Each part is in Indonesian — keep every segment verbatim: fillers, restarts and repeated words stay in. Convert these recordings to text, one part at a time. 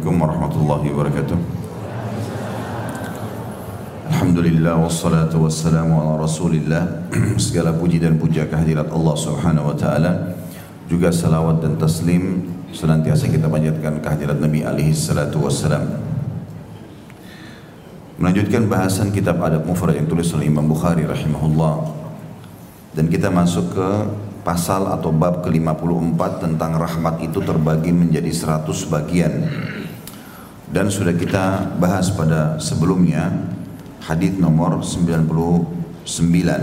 Assalamualaikum warahmatullahi wabarakatuh. Alhamdulillah wassalatu wassalamu ala rasulillah. Segala puji dan puja kehadirat Allah subhanahu wa ta'ala, juga salawat dan taslim senantiasa kita panjatkan kehadirat Nabi alaihi salatu wassalam. Melanjutkan bahasan kitab Adab Mufrad yang tulis oleh Imam Bukhari rahimahullah, dan kita masuk ke pasal atau bab ke lima puluh empat tentang rahmat itu terbagi menjadi seratus bagian. Dan sudah kita bahas pada sebelumnya hadis nomor sembilan puluh sembilan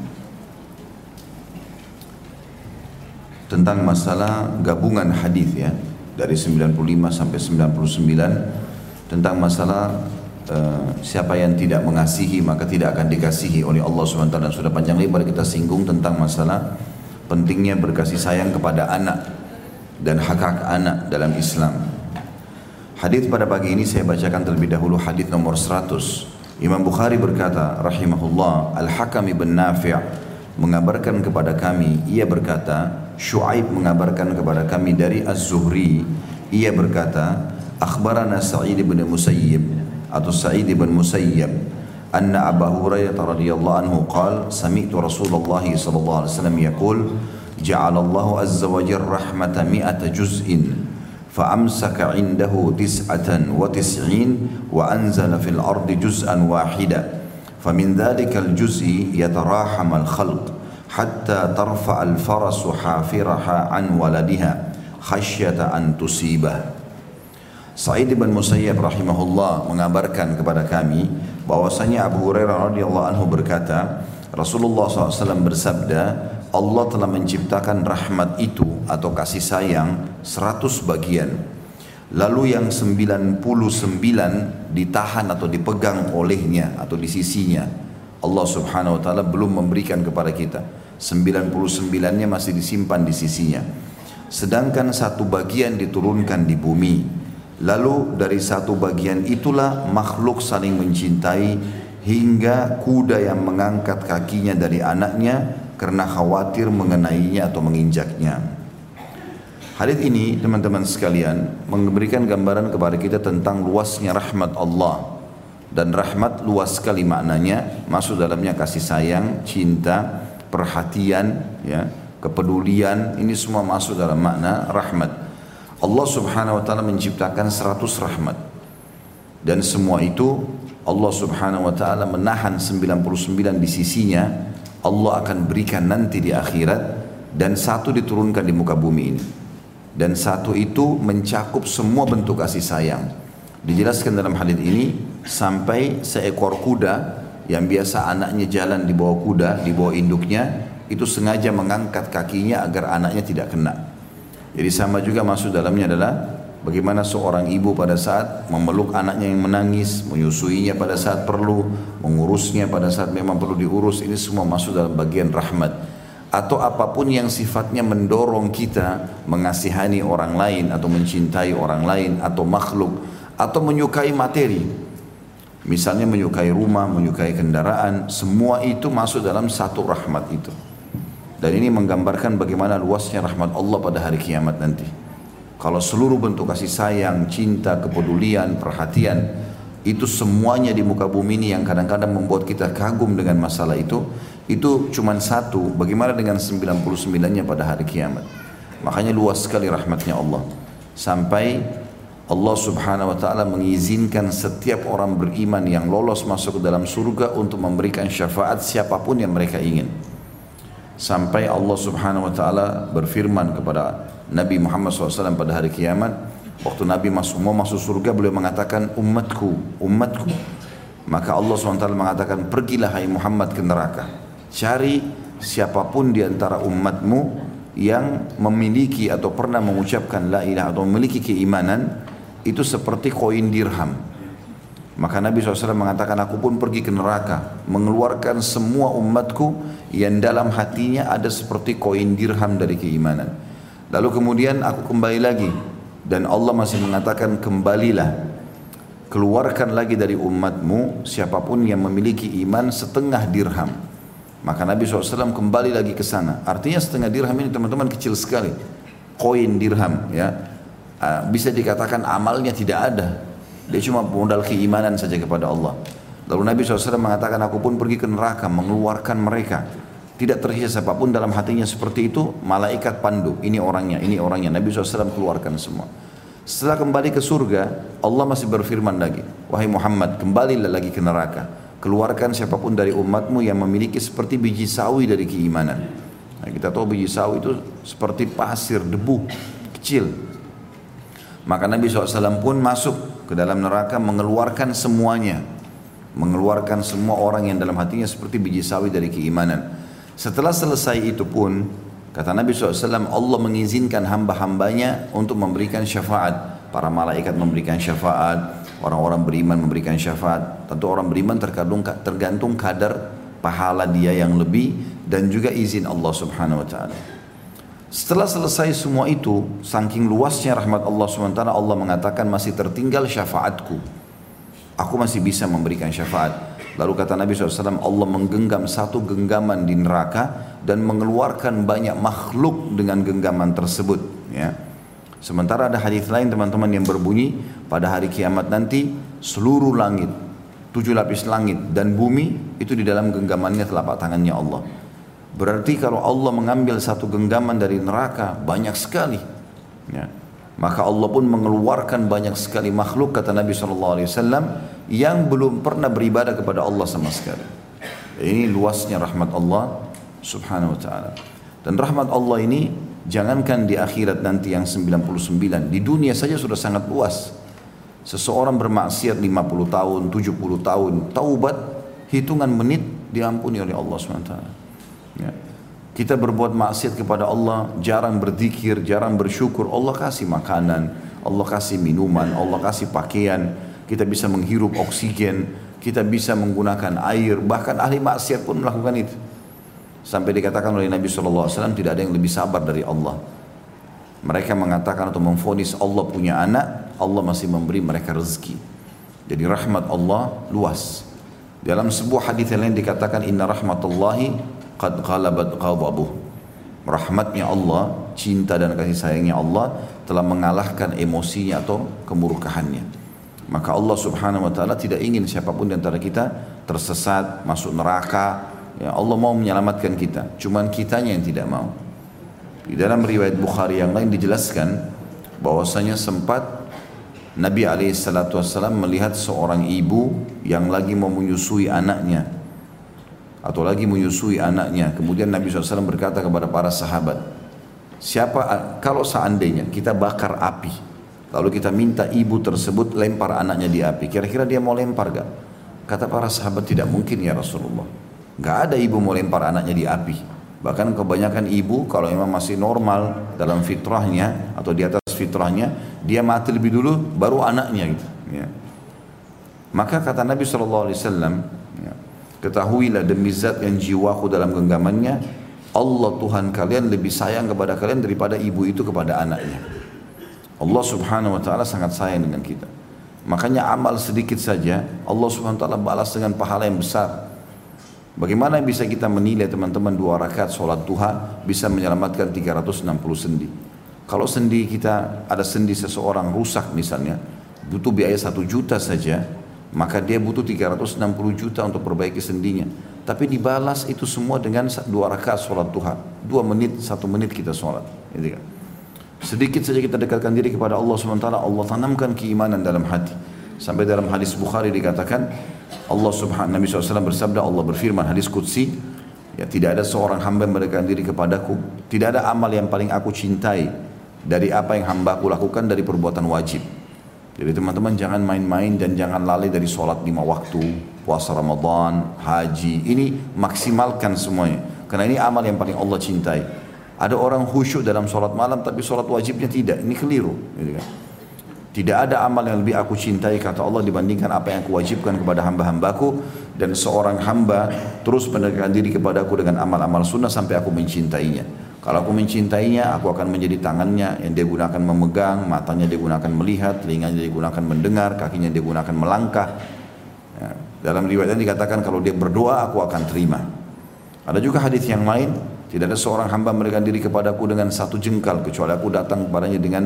tentang masalah gabungan hadis ya, dari sembilan puluh lima sampai sembilan puluh sembilan tentang masalah uh, siapa yang tidak mengasihi maka tidak akan dikasihi oleh Allah subhanahu wa taala. Sudah panjang lebar kita singgung tentang masalah pentingnya berkasih sayang kepada anak dan hak-hak anak dalam Islam. Hadis pada pagi ini saya bacakan terlebih dahulu hadis nomor seratus. Imam Bukhari berkata rahimahullah, Al-Hakam ibn Nafi' mengabarkan kepada kami, ia berkata, Syu'aib mengabarkan kepada kami dari Az-Zuhri, ia berkata, akhbarana Sa'id ibn Musayyib atau Sa'id ibn Musayyib anna Abu Hurairah radhiyallahu anhu qala sami'tu Rasulullah sallallahu alaihi wasallam yaqul ja'alallahu azza wa jalla rahmata mi'ata juz'in fa amsaka 'indahu tis'atan wa tis'in wa anzala fil ardi juz'an wahida famin dhalikal juz'i yataraham al khalq hatta tarfa al farasu hafiraha an waladiha khasyata an tusibah. Sa'id bin Musayyib rahimahullah mengabarkan kepada kami bahwasanya Abu Hurairah radhiyallahu anhu berkata, Rasulullah shallallahu alaihi wasallam bersabda, Allah telah menciptakan rahmat itu atau kasih sayang seratus bagian. Lalu yang sembilan puluh sembilan ditahan atau dipegang olehnya atau di sisinya. Allah subhanahu wa ta'ala belum memberikan kepada kita. sembilan puluh sembilan-nya masih disimpan di sisinya. Sedangkan satu bagian diturunkan di bumi. Lalu dari satu bagian itulah makhluk saling mencintai hingga kuda yang mengangkat kakinya dari anaknya karena khawatir mengenainya atau menginjaknya. Hadis ini teman-teman sekalian memberikan gambaran kepada kita tentang luasnya rahmat Allah. Dan rahmat luas sekali maknanya, masuk dalamnya kasih sayang, cinta, perhatian, ya, kepedulian, ini semua masuk dalam makna rahmat. Allah subhanahu wa ta'ala menciptakan seratus rahmat. Dan semua itu Allah subhanahu wa ta'ala menahan sembilan puluh sembilan di sisinya. Allah akan berikan nanti di akhirat. Dan satu diturunkan di muka bumi ini. Dan satu itu mencakup semua bentuk kasih sayang. Dijelaskan dalam hadis ini sampai seekor kuda yang biasa anaknya jalan di bawah kuda, di bawah induknya, itu sengaja mengangkat kakinya agar anaknya tidak kena. Jadi sama juga masuk dalamnya adalah bagaimana seorang ibu pada saat memeluk anaknya yang menangis, menyusuinya pada saat perlu, mengurusnya pada saat memang perlu diurus. Ini semua masuk dalam bagian rahmat. Atau apapun yang sifatnya mendorong kita mengasihani orang lain atau mencintai orang lain atau makhluk atau menyukai materi. Misalnya menyukai rumah, menyukai kendaraan, semua itu masuk dalam satu rahmat itu. Dan ini menggambarkan bagaimana luasnya rahmat Allah pada hari kiamat nanti. Kalau seluruh bentuk kasih sayang, cinta, kepedulian, perhatian, itu semuanya di muka bumi ini yang kadang-kadang membuat kita kagum dengan masalah itu, itu cuma satu, bagaimana dengan sembilan puluh sembilan-nya pada hari kiamat. Makanya luas sekali rahmatnya Allah. Sampai Allah subhanahu wa ta'ala mengizinkan setiap orang beriman yang lolos masuk ke dalam surga untuk memberikan syafaat siapapun yang mereka ingin. Sampai Allah subhanahu wa ta'ala berfirman kepada Nabi Muhammad shallallahu alaihi wasallam pada hari kiamat, waktu Nabi masuk, mau masuk surga, beliau mengatakan umatku, umatku. Maka Allah subhanahu wa taala mengatakan, pergilah hai Muhammad ke neraka, cari siapapun di antara umatmu yang memiliki atau pernah mengucapkan la ilaha atau memiliki keimanan itu seperti koin dirham. Maka Nabi shallallahu alaihi wasallam mengatakan, aku pun pergi ke neraka, mengeluarkan semua umatku yang dalam hatinya ada seperti koin dirham dari keimanan. Lalu kemudian aku kembali lagi, dan Allah masih mengatakan, kembalilah, keluarkan lagi dari umatmu siapapun yang memiliki iman setengah dirham. Maka Nabi shallallahu alaihi wasallam kembali lagi ke sana. Artinya setengah dirham ini teman-teman kecil sekali, koin dirham, ya. uh, bisa dikatakan amalnya tidak ada. Dia cuma modal keimanan saja kepada Allah. Lalu Nabi shallallahu alaihi wasallam mengatakan, aku pun pergi ke neraka mengeluarkan mereka. Tidak tersisa siapapun dalam hatinya seperti itu. Malaikat pandu, ini orangnya, ini orangnya. Nabi shallallahu alaihi wasallam keluarkan semua. Setelah kembali ke surga, Allah masih berfirman lagi, wahai Muhammad, kembalilah lagi ke neraka. Keluarkan siapapun dari umatmu yang memiliki seperti biji sawi dari keimanan. Nah, kita tahu biji sawi itu seperti pasir, debu, kecil. Maka Nabi shallallahu alaihi wasallam pun masuk ke dalam neraka mengeluarkan semuanya. Mengeluarkan semua orang yang dalam hatinya seperti biji sawi dari keimanan. Setelah selesai itu pun, kata Nabi shallallahu alaihi wasallam, Allah mengizinkan hamba-hambanya untuk memberikan syafaat. Para malaikat memberikan syafaat, orang-orang beriman memberikan syafaat. Tentu orang beriman tergantung, tergantung kadar pahala dia yang lebih dan juga izin Allah subhanahu wa ta'ala. Setelah selesai semua itu, saking luasnya rahmat Allah subhanahu wa ta'ala, Allah mengatakan masih tertinggal syafaatku. Aku masih bisa memberikan syafaat. Lalu kata Nabi shallallahu alaihi wasallam, Allah menggenggam satu genggaman di neraka dan mengeluarkan banyak makhluk dengan genggaman tersebut. Ya. Sementara ada hadis lain teman-teman yang berbunyi, pada hari kiamat nanti seluruh langit, tujuh lapis langit dan bumi itu di dalam genggamannya telapak tangannya Allah. Berarti kalau Allah mengambil satu genggaman dari neraka banyak sekali. Ya. Maka Allah pun mengeluarkan banyak sekali makhluk, kata Nabi shallallahu alaihi wasallam, yang belum pernah beribadah kepada Allah sama sekali. Ini luasnya rahmat Allah subhanahu wa ta'ala. Dan rahmat Allah ini jangankan di akhirat nanti yang sembilan puluh sembilan, di dunia saja sudah sangat luas. Seseorang bermaksiat lima puluh tahun, tujuh puluh tahun, taubat, hitungan menit diampuni oleh Allah subhanahu wa ta'ala. Ya. Kita berbuat maksiat kepada Allah, jarang berzikir, jarang bersyukur, Allah kasih makanan, Allah kasih minuman, Allah kasih pakaian, kita bisa menghirup oksigen, kita bisa menggunakan air, bahkan ahli maksiat pun melakukan itu. Sampai dikatakan oleh Nabi shallallahu alaihi wasallam, tidak ada yang lebih sabar dari Allah. Mereka mengatakan atau memvonis Allah punya anak, Allah masih memberi mereka rezeki. Jadi rahmat Allah luas. Dalam sebuah hadis lain dikatakan, inna rahmatullahi qad ghalabat ghadabuh. Rahmatnya Allah, cinta dan kasih sayangnya Allah telah mengalahkan emosinya atau kemurkahannya. Maka Allah subhanahu wa ta'ala tidak ingin siapapun di antara kita tersesat, masuk neraka. Ya, Allah mau menyelamatkan kita, cuman kitanya yang tidak mau. Di dalam riwayat Bukhari yang lain dijelaskan bahwasanya sempat Nabi alaihi salatu wassalam melihat seorang ibu yang lagi mau menyusui anaknya atau lagi menyusui anaknya. Kemudian Nabi shallallahu alaihi wasallam berkata kepada para sahabat, siapa kalau seandainya kita bakar api, lalu kita minta ibu tersebut lempar anaknya di api, kira-kira dia mau lempar gak? Kata para sahabat, tidak mungkin ya Rasulullah, gak ada ibu mau lempar anaknya di api. Bahkan kebanyakan ibu kalau memang masih normal dalam fitrahnya atau di atas fitrahnya, dia mati lebih dulu baru anaknya gitu. Ya. Maka kata Nabi shallallahu alaihi wasallam, ya, ketahuilah demi zat yang jiwaku dalam genggamannya, Allah Tuhan kalian lebih sayang kepada kalian daripada ibu itu kepada anaknya. Allah subhanahu wa ta'ala sangat sayang dengan kita. Makanya amal sedikit saja Allah subhanahu wa ta'ala balas dengan pahala yang besar. Bagaimana bisa kita menilai teman-teman dua rakaat sholat duha bisa menyelamatkan tiga ratus enam puluh sendi? Kalau sendi kita, ada sendi seseorang rusak misalnya, butuh biaya satu juta saja, maka dia butuh tiga ratus enam puluh juta untuk perbaiki sendinya. Tapi dibalas itu semua dengan dua rakaat sholat duha, dua menit, satu menit kita sholat. Gitu kan? Sedikit saja kita dekatkan diri kepada Allah subhanahu wa taala, Allah tanamkan keimanan dalam hati. Sampai dalam hadis Bukhari dikatakan, Allah subhanahu Nabi shallallahu alaihi wasallam bersabda, Allah berfirman hadis qudsi, ya, tidak ada seorang hamba yang mendekatkan diri kepadaku, tidak ada amal yang paling aku cintai dari apa yang hamba aku lakukan dari perbuatan wajib. Jadi teman-teman jangan main-main dan jangan lalai dari sholat lima waktu, puasa Ramadan, haji, ini maksimalkan semuanya. Karena ini amal yang paling Allah cintai. Ada orang khusyuk dalam sholat malam tapi sholat wajibnya tidak, ini keliru. Gitu kan? Tidak ada amal yang lebih aku cintai kata Allah dibandingkan apa yang aku wajibkan kepada hamba-hambaku, dan seorang hamba terus mendekatkan diri kepadaku dengan amal-amal sunnah sampai aku mencintainya. Kalau aku mencintainya, aku akan menjadi tangannya yang dia gunakan memegang, matanya dia gunakan melihat, telinganya dia gunakan mendengar, kakinya dia gunakan melangkah. Ya, dalam riwayatnya dikatakan kalau dia berdoa aku akan terima. Ada juga hadis yang lain, tidak ada seorang hamba mendekatkan diri kepadaku dengan satu jengkal kecuali aku datang kepadanya dengan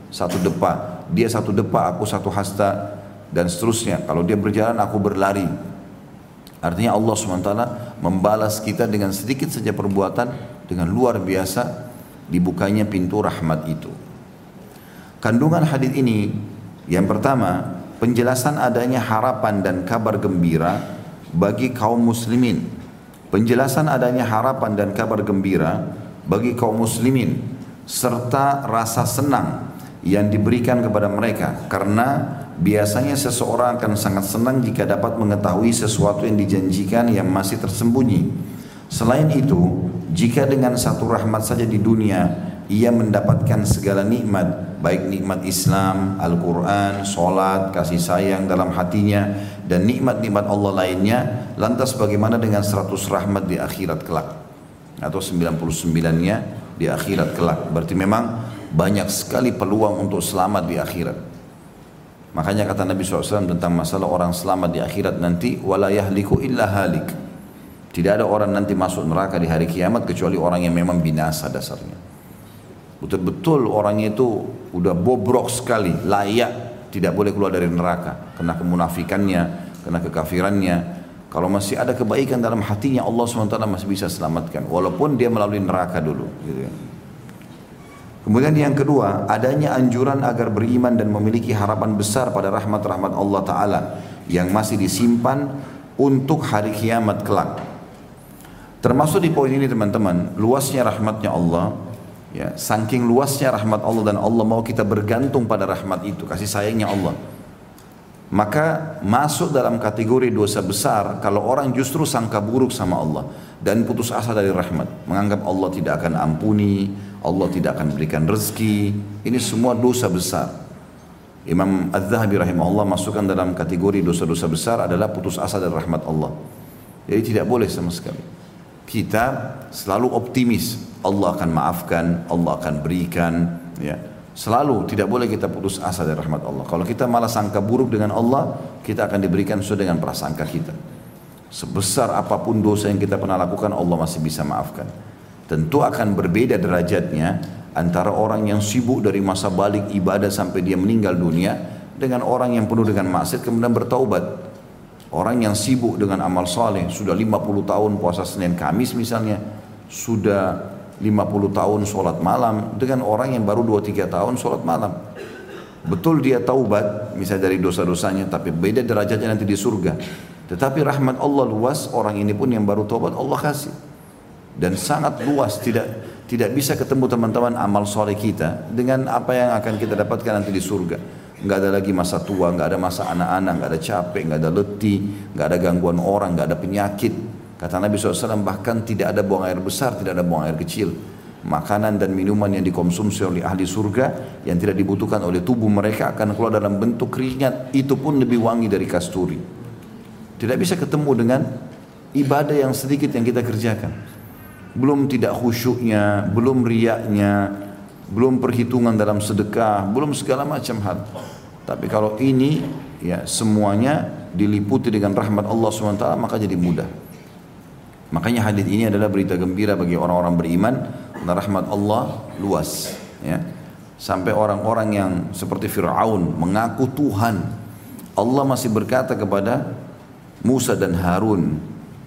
satu depa, dia satu depa, aku satu hasta, dan seterusnya. Kalau dia berjalan, aku berlari. Artinya Allah subhanahu wa taala membalas kita dengan sedikit saja perbuatan, dengan luar biasa dibukanya pintu rahmat itu. Kandungan hadis ini, yang pertama, penjelasan adanya harapan dan kabar gembira bagi kaum muslimin. Penjelasan adanya harapan dan kabar gembira bagi kaum muslimin, serta rasa senang yang diberikan kepada mereka, karena biasanya seseorang akan sangat senang jika dapat mengetahui sesuatu yang dijanjikan yang masih tersembunyi. Selain itu, jika dengan satu rahmat saja di dunia ia mendapatkan segala nikmat, baik nikmat Islam, Al-Quran, solat, kasih sayang dalam hatinya, dan nikmat-nikmat Allah lainnya, lantas bagaimana dengan seratus rahmat di akhirat kelak, atau sembilan puluh sembilan-nya di akhirat kelak? Berarti memang banyak sekali peluang untuk selamat di akhirat. Makanya kata Nabi shallallahu alaihi wasallam tentang masalah orang selamat di akhirat nanti, wala yahliku illa halik. Tidak ada orang nanti masuk neraka di hari kiamat kecuali orang yang memang binasa dasarnya. Betul-betul orangnya itu udah bobrok sekali, layak tidak boleh keluar dari neraka karena kemunafikannya, karena kekafirannya. Kalau masih ada kebaikan dalam hatinya, Allah subhanahu wa taala masih bisa selamatkan walaupun dia melalui neraka dulu, gitu ya. Kemudian yang kedua, adanya anjuran agar beriman dan memiliki harapan besar pada rahmat-rahmat Allah Ta'ala yang masih disimpan untuk hari kiamat kelak. Termasuk di poin ini teman-teman, luasnya rahmatnya Allah, ya, saking luasnya rahmat Allah dan Allah mau kita bergantung pada rahmat itu, kasih sayangnya Allah. Maka masuk dalam kategori dosa besar kalau orang justru sangka buruk sama Allah dan putus asa dari rahmat, menganggap Allah tidak akan ampuni, Allah tidak akan berikan rezeki. Ini semua dosa besar. Imam Az-Zahabi rahimahullah masukkan dalam kategori dosa-dosa besar adalah putus asa dari rahmat Allah. Jadi tidak boleh sama sekali. Kita selalu optimis, Allah akan maafkan, Allah akan berikan, ya. Selalu tidak boleh kita putus asa dari rahmat Allah. Kalau kita malah sangka buruk dengan Allah, kita akan diberikan sesuai dengan prasangka kita. Sebesar apapun dosa yang kita pernah lakukan, Allah masih bisa maafkan. Tentu akan berbeda derajatnya antara orang yang sibuk dari masa balik ibadah sampai dia meninggal dunia dengan orang yang penuh dengan maksiat kemudian bertaubat. Orang yang sibuk dengan amal saleh sudah lima puluh tahun puasa Senin Kamis misalnya, sudah lima puluh tahun sholat malam, dengan orang yang baru dua tiga tahun sholat malam. Betul dia taubat misalnya dari dosa-dosanya, tapi beda derajatnya nanti di surga. Tetapi rahmat Allah luas, orang ini pun yang baru taubat Allah kasih. Dan sangat luas, tidak tidak bisa ketemu teman-teman amal soleh kita dengan apa yang akan kita dapatkan nanti di surga. Enggak ada lagi masa tua, enggak ada masa anak-anak, enggak ada capek, enggak ada letih, enggak ada gangguan orang, enggak ada penyakit. Kata Nabi shallallahu alaihi wasallam, bahkan tidak ada buang air besar, tidak ada buang air kecil. Makanan dan minuman yang dikonsumsi oleh ahli surga yang tidak dibutuhkan oleh tubuh mereka akan keluar dalam bentuk keringat, itu pun lebih wangi dari kasturi. Tidak bisa ketemu dengan ibadah yang sedikit yang kita kerjakan. Belum tidak khusyuknya, belum riyaknya, belum perhitungan dalam sedekah, belum segala macam hal. Tapi kalau ini ya semuanya diliputi dengan rahmat Allah subhanahu wa taala, maka jadi mudah. Makanya hadis ini adalah berita gembira bagi orang-orang beriman karena rahmat Allah luas, ya. Sampai orang-orang yang seperti Fir'aun mengaku Tuhan, Allah masih berkata kepada Musa dan Harun,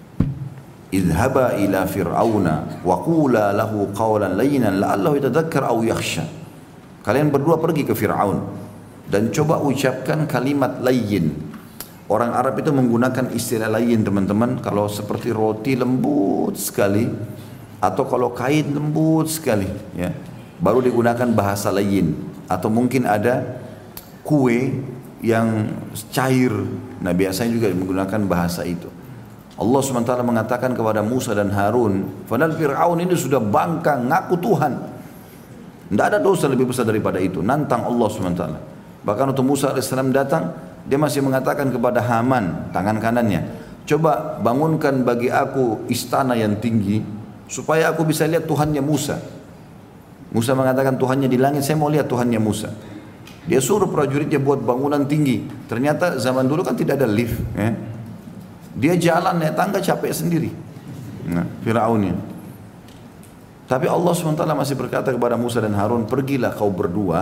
idhaba ila fir'auna wa qula lahu qawlan layyinan la'allahu yatadhakkar aw yakhsha. Kalian berdua pergi ke Fir'aun dan coba ucapkan kalimat layyin. Orang Arab itu menggunakan istilah layyin teman-teman, kalau seperti roti lembut sekali atau kalau kain lembut sekali, ya, baru digunakan bahasa layyin. Atau mungkin ada kue yang cair, nah biasanya juga menggunakan bahasa itu. Allah subhanahu wa taala mengatakan kepada Musa dan Harun, padahal Fir'aun ini sudah bangkang, ngaku Tuhan. Tidak ada dosa lebih besar daripada itu, nantang Allah subhanahu wa taala. Bahkan waktu Musa alaihissalam datang, dia masih mengatakan kepada Haman, tangan kanannya, coba bangunkan bagi aku istana yang tinggi, supaya aku bisa lihat Tuhannya Musa. Musa mengatakan Tuhannya di langit, saya mau lihat Tuhannya Musa. Dia suruh prajuritnya buat bangunan tinggi. Ternyata zaman dulu kan tidak ada lift, ya. Dia jalan naik tangga capek sendiri, nah, Fir'aunnya. Tapi Allah subhanahu wa taala masih berkata kepada Musa dan Harun, pergilah kau berdua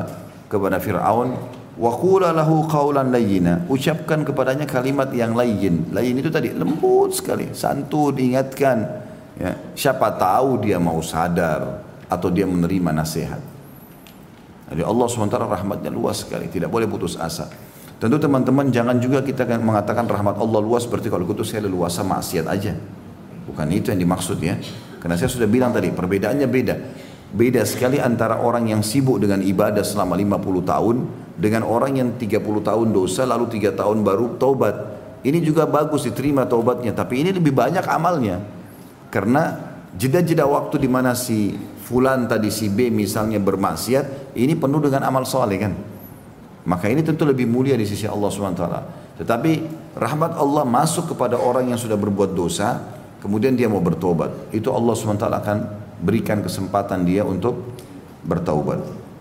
kepada Fir'aun, wa qula lahu qawlan layyina, ucapkan kepadanya kalimat yang layyin. Layyin itu tadi lembut sekali, santun, ingatkan. Ya, siapa tahu dia mau sadar atau dia menerima nasihat. Jadi Allah subhanahu wa taala rahmatnya luas sekali, tidak boleh putus asa. Tentu teman-teman jangan juga kita mengatakan rahmat Allah luas berarti kalau gitu saya leluasa maksiat aja. Bukan itu yang dimaksud ya. Karena saya sudah bilang tadi perbedaannya beda. Beda sekali antara orang yang sibuk dengan ibadah selama lima puluh tahun dengan orang yang tiga puluh tahun dosa lalu tiga tahun baru taubat. Ini juga bagus diterima taubatnya, tapi ini lebih banyak amalnya. Karena jeda-jeda waktu di mana si fulan tadi si B misalnya bermaksiat, ini penuh dengan amal soleh kan. Maka ini tentu lebih mulia di sisi Allah subhanahu wa taala. Tetapi rahmat Allah masuk kepada orang yang sudah berbuat dosa, kemudian dia mau bertobat. Itu Allah subhanahu wa taala akan berikan kesempatan dia untuk bertaubat.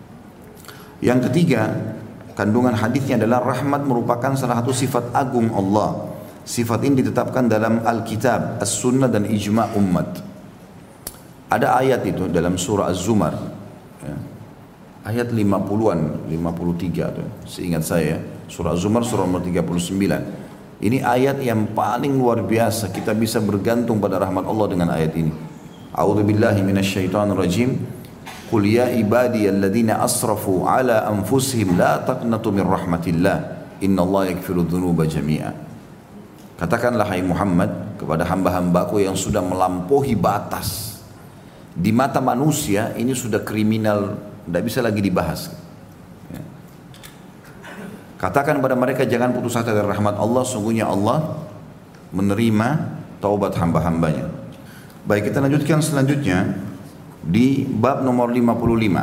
Yang ketiga, kandungan hadisnya adalah rahmat merupakan salah satu sifat agung Allah. Sifat ini ditetapkan dalam Alkitab, As-Sunnah dan Ijma' umat. Ada ayat itu dalam surah Az-Zumar. Ya. Ayat lima puluhan, lima puluh tiga tuh, seingat saya, surah Az-Zumar surah nomor tiga puluh sembilan. Ini ayat yang paling luar biasa, kita bisa bergantung pada rahmat Allah dengan ayat ini. A'udzu billahi minasyaitonir rajim. Qul ya ibadiyalladzina asrafu ala anfusihim la taqnatu min rahmatillah. Innallaha yaghfiru dzunuba jami'a. Katakanlah hai Muhammad kepada hamba-hambaku yang sudah melampaui batas. Di mata manusia ini sudah kriminal, tidak bisa lagi dibahas. Ya. Katakan pada mereka jangan putus asa dari rahmat Allah, sungguhnya Allah menerima taubat hamba-hambanya. Baik, kita lanjutkan selanjutnya di bab nomor lima puluh lima.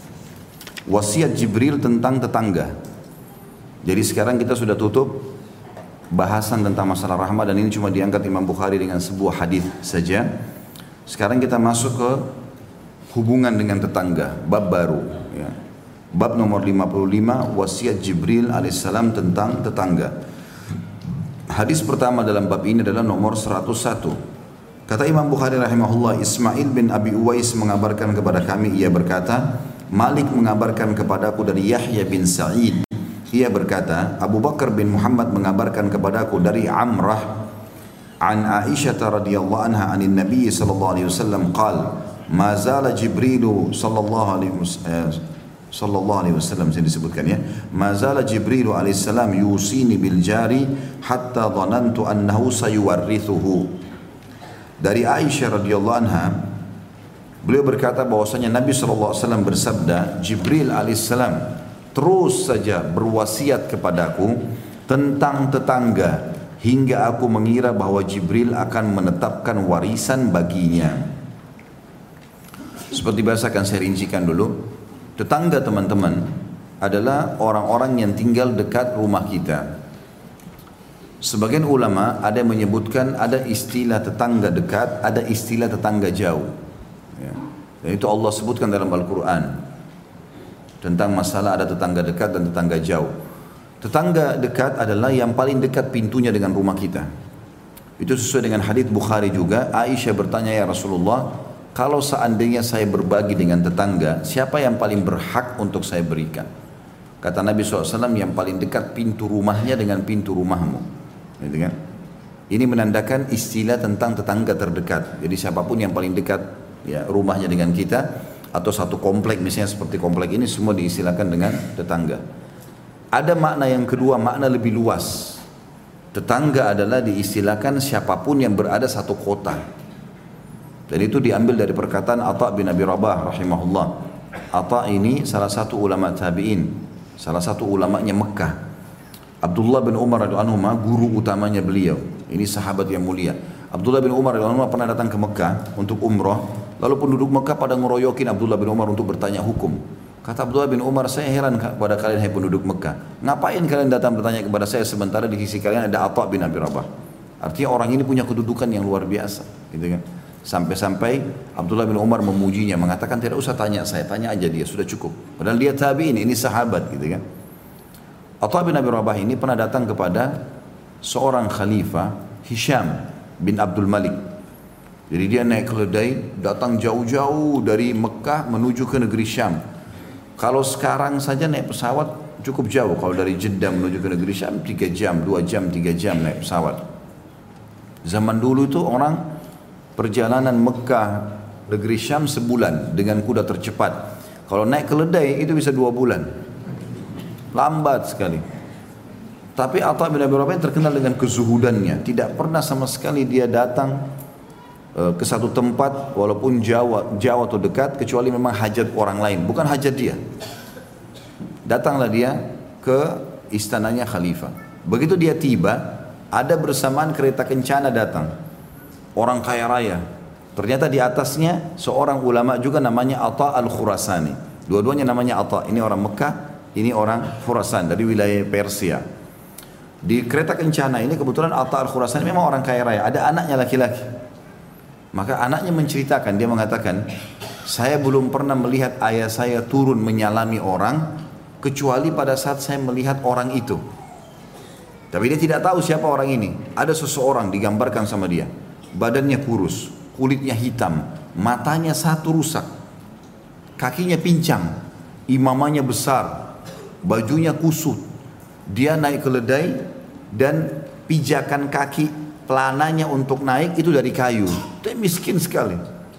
Wasiat Jibril tentang tetangga. Jadi sekarang kita sudah tutup bahasan tentang masalah rahmat dan ini cuma diangkat Imam Bukhari dengan sebuah hadis saja. Sekarang kita masuk ke hubungan dengan tetangga, bab baru ya. Bab nomor lima puluh lima, wasiat Jibril alaihissalam tentang tetangga. Hadis pertama dalam bab ini adalah nomor seratus satu. Kata Imam Bukhari rahimahullah, Ismail bin Abi Uwais mengabarkan kepada kami, ia berkata, Malik mengabarkan kepadaku dari Yahya bin Sa'id, ia berkata, Abu Bakar bin Muhammad mengabarkan kepadaku dari Amrah an Aisyah radhiyallahu anha anin Nabi sallallahu alaihi wasallam qala ma zala Jibril sallallahu alaihi wasallam sallallahu alaihi wasallam saya disebutkan ya, ma zala Jibril alaihi salam yusini bil jari hatta dhanantu annahu sayuwarrithuhu. Dari Aisyah radhiyallahu anha, beliau berkata bahwasanya Nabi sallallahu alaihi wasallam bersabda, Jibril alaihissalam terus saja berwasiat kepadaku tentang tetangga hingga aku mengira bahwa Jibril akan menetapkan warisan baginya. Seperti biasa akan saya rincikan dulu. Tetangga teman-teman adalah orang-orang yang tinggal dekat rumah kita. Sebagian ulama ada yang menyebutkan ada istilah tetangga dekat, ada istilah tetangga jauh. Ya. Dan itu Allah sebutkan dalam Al-Quran tentang masalah ada tetangga dekat dan tetangga jauh. Tetangga dekat adalah yang paling dekat pintunya dengan rumah kita. Itu sesuai dengan hadits Bukhari juga. Aisyah bertanya, ya Rasulullah, kalau seandainya saya berbagi dengan tetangga, siapa yang paling berhak untuk saya berikan? Kata Nabi shallallahu alaihi wasallam, yang paling dekat pintu rumahnya dengan pintu rumahmu. Gitu kan? Ini menandakan istilah tentang tetangga terdekat. Jadi siapapun yang paling dekat ya, rumahnya dengan kita, atau satu komplek misalnya seperti komplek ini, semua diistilahkan dengan tetangga. Ada makna yang kedua, makna lebih luas. Tetangga adalah diistilahkan siapapun yang berada satu kota. Dan itu diambil dari perkataan Atha bin Abi Rabah rahimahullah. Atha ini salah satu ulama tabi'in, salah satu ulamanya Mekah. Abdullah bin Umar radhiyallahu anhu guru utamanya beliau. Ini sahabat yang mulia. Abdullah bin Umar radhiyallahu anhu pernah datang ke Mekah untuk umrah. Lalu penduduk Mekah pada ngeroyokin Abdullah bin Umar untuk bertanya hukum. Kata Abdullah bin Umar, saya heran kepada kalian hai penduduk Mekah. Ngapain kalian datang bertanya kepada saya sementara di sisi kalian ada Atha bin Abi Rabah. Artinya orang ini punya kedudukan yang luar biasa, gitu kan? Sampai-sampai Abdullah bin Umar memujinya, mengatakan tidak usah tanya saya, tanya aja dia, sudah cukup. Padahal dia tabi'in, ini sahabat, gitu kan? Atha bin Abi Rabah ini pernah datang kepada seorang khalifah, Hisham bin Abdul Malik. Jadi dia naik keledai, datang jauh-jauh dari Mekah menuju ke negeri Syam. Kalau sekarang saja naik pesawat cukup jauh. Kalau dari Jeddah menuju ke negeri Syam tiga jam, dua jam, tiga jam naik pesawat. Zaman dulu itu orang perjalanan Mekah negeri Syam sebulan dengan kuda tercepat. Kalau naik keledai itu bisa dua bulan. Lambat sekali. Tapi Atha bin Abi Rabah terkenal dengan kezuhudannya. Tidak pernah sama sekali dia datang e, ke satu tempat walaupun jauh, jauh atau dekat kecuali memang hajat orang lain, bukan hajat dia. Datanglah dia ke istananya khalifah. Begitu dia tiba, ada bersamaan kereta kencana datang. Orang kaya raya. Ternyata di atasnya seorang ulama juga namanya Atha al-Khurasani. Dua-duanya namanya Atha. Ini orang Mekah, ini orang Khurasan dari wilayah Persia. Di kereta kencana ini kebetulan Atha al-Khurasani memang orang kaya raya, ada anaknya laki-laki. Maka anaknya menceritakan, dia mengatakan, saya belum pernah melihat ayah saya turun menyalami orang kecuali pada saat saya melihat orang itu. Tapi dia tidak tahu siapa orang ini. Ada seseorang digambarkan sama dia, badannya kurus, kulitnya hitam, matanya satu rusak, kakinya pincang, imamanya besar, bajunya kusut. Dia naik keledai dan pijakan kaki pelananya untuk naik itu dari kayu. Dia miskin sekali.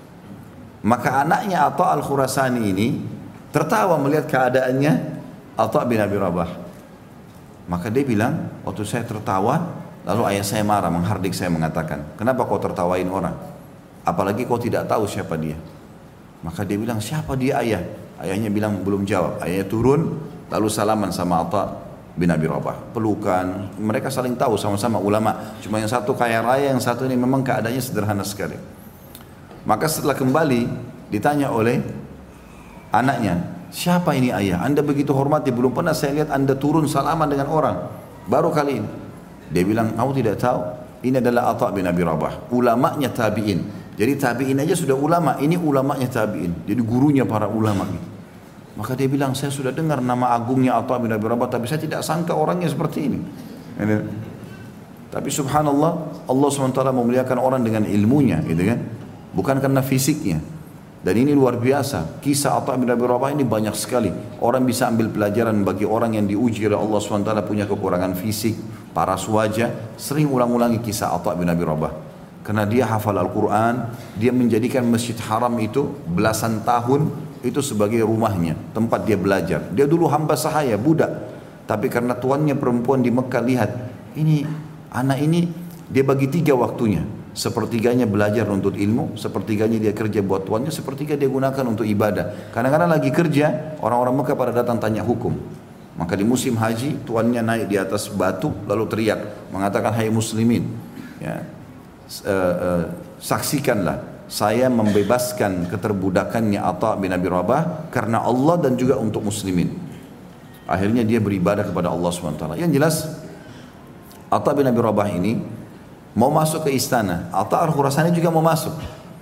Maka anaknya Atha al-Khurasani ini tertawa melihat keadaannya Atha bin Abi Rabah. Maka dia bilang, waktu saya tertawa, lalu ayah saya marah, menghardik saya mengatakan, kenapa kau tertawain orang? Apalagi kau tidak tahu siapa dia. Maka dia bilang, siapa dia ayah? Ayahnya bilang belum jawab. Ayahnya turun, lalu salaman sama Atha bin Abi Rabah, pelukan. Mereka saling tahu sama-sama ulama. Cuma yang satu kaya raya, yang satu ini memang keadaannya sederhana sekali. Maka setelah kembali ditanya oleh anaknya, siapa ini ayah? Anda begitu hormati, belum pernah saya lihat Anda turun salaman dengan orang, baru kali ini. Dia bilang, kamu tidak tahu, ini adalah Atha bin Abi Rabah, ulamanya tabi'in. Jadi tabi'in aja sudah ulama, ini ulamanya tabi'in, jadi gurunya para ulama gitu. Maka dia bilang, saya sudah dengar nama agungnya Atha bin Abi Rabah, tapi saya tidak sangka orangnya seperti ini. Ini. Tapi subhanallah, Allah subhanahu wa taala memuliakan orang dengan ilmunya, gitu kan? Bukan karena fisiknya. Dan ini luar biasa. Kisah Atha bin Abi Rabah ini banyak sekali. Orang bisa ambil pelajaran bagi orang yang diuji oleh Allah subhanahu wa taala punya kekurangan fisik, paras wajah, sering ulang-ulangi kisah Atha bin Abi Rabah. Karena dia hafal Al-Quran, dia menjadikan Masjid Haram itu belasan tahun itu sebagai rumahnya, tempat dia belajar. Dia dulu hamba sahaya, budak. Tapi karena tuannya perempuan di Mekah lihat, ini anak ini dia bagi tiga waktunya. Sepertiganya belajar untuk ilmu, sepertiganya dia kerja buat tuannya, sepertiga dia gunakan untuk ibadah. Kadang-kadang lagi kerja, orang-orang Mekah pada datang tanya hukum. Maka di musim haji, tuannya naik di atas batu lalu teriak, mengatakan, hai muslimin, ya, uh, uh, saksikanlah saya membebaskan keterbudakannya Atha bin Abi Rabah karena Allah dan juga untuk muslimin. Akhirnya dia beribadah kepada Allah subhanahu wa taala. Yang jelas Atha bin Abi Rabah ini mau masuk ke istana. Atha al-Khurasani juga mau masuk.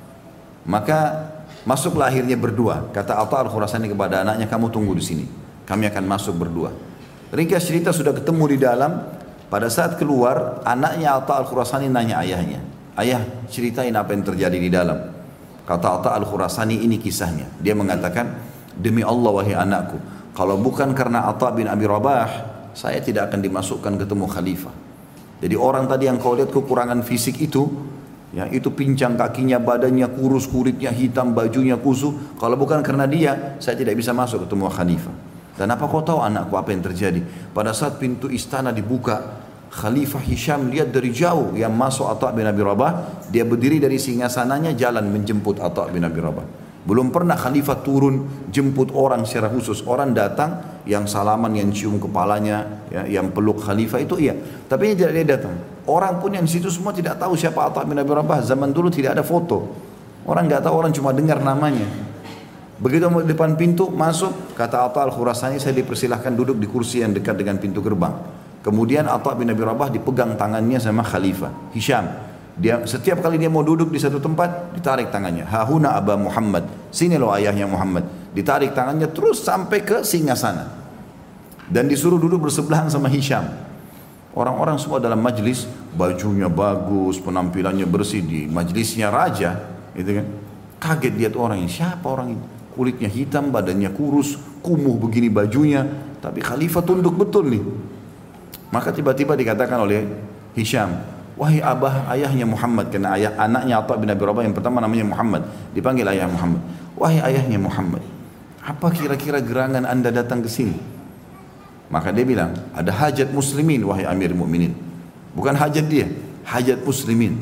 Maka masuklah akhirnya berdua. Kata Atha al-Khurasani kepada anaknya, kamu tunggu di sini. Kami akan masuk berdua. Ringkas cerita sudah ketemu di dalam. Pada saat keluar, anaknya Atha al-Khurasani nanya ayahnya, ayah, ceritain apa yang terjadi di dalam. Kata Atha al-Khurasani, ini kisahnya. Dia mengatakan, demi Allah wahai anakku, kalau bukan karena Atha bin Abi Rabah, saya tidak akan dimasukkan ketemu khalifah. Jadi orang tadi yang kau lihat kekurangan fisik itu, ya, itu pincang kakinya, badannya kurus, kulitnya hitam, bajunya kusut. Kalau bukan karena dia, saya tidak bisa masuk ketemu khalifah. Dan apa kau tahu anakku apa yang terjadi? Pada saat pintu istana dibuka, Khalifah Hisham lihat dari jauh yang masuk Atha bin Abi Rabah. Dia berdiri dari singgasananya jalan menjemput Atha bin Abi Rabah. Belum pernah Khalifah turun jemput orang secara khusus. Orang datang yang salaman, yang cium kepalanya, ya, yang peluk Khalifah itu iya. Tapi ini tidak dia datang. Orang pun yang di situ semua tidak tahu siapa Atha bin Abi Rabah. Zaman dulu tidak ada foto. Orang nggak tahu, orang cuma dengar namanya. Begitu mau di depan pintu masuk, kata Atha al-Khurasani, saya dipersilahkan duduk di kursi yang dekat dengan pintu gerbang. Kemudian Atha bin Abi Rabah dipegang tangannya sama Khalifah Hisham. Dia setiap kali dia mau duduk di satu tempat, ditarik tangannya. Hahuna Aba Muhammad, sini lo ayahnya Muhammad. Ditarik tangannya terus sampai ke singgasana. Dan disuruh duduk bersebelahan sama Hisham. Orang-orang semua dalam majlis, bajunya bagus, penampilannya bersih, di majlisnya raja, gitu kan. Kaget dia tuh orang ini, siapa orang ini? Kulitnya hitam, badannya kurus, kumuh begini bajunya, tapi khalifah tunduk betul nih. Maka tiba-tiba dikatakan oleh Hisham, wahai abah ayahnya Muhammad, karena ayah anaknya Atha bin Abi Rabah yang pertama namanya Muhammad, dipanggil ayah Muhammad. Wahai ayahnya Muhammad, apa kira-kira gerangan anda datang ke sini? Maka dia bilang, ada hajat muslimin wahai Amir Mukminin. Bukan hajat dia, hajat muslimin.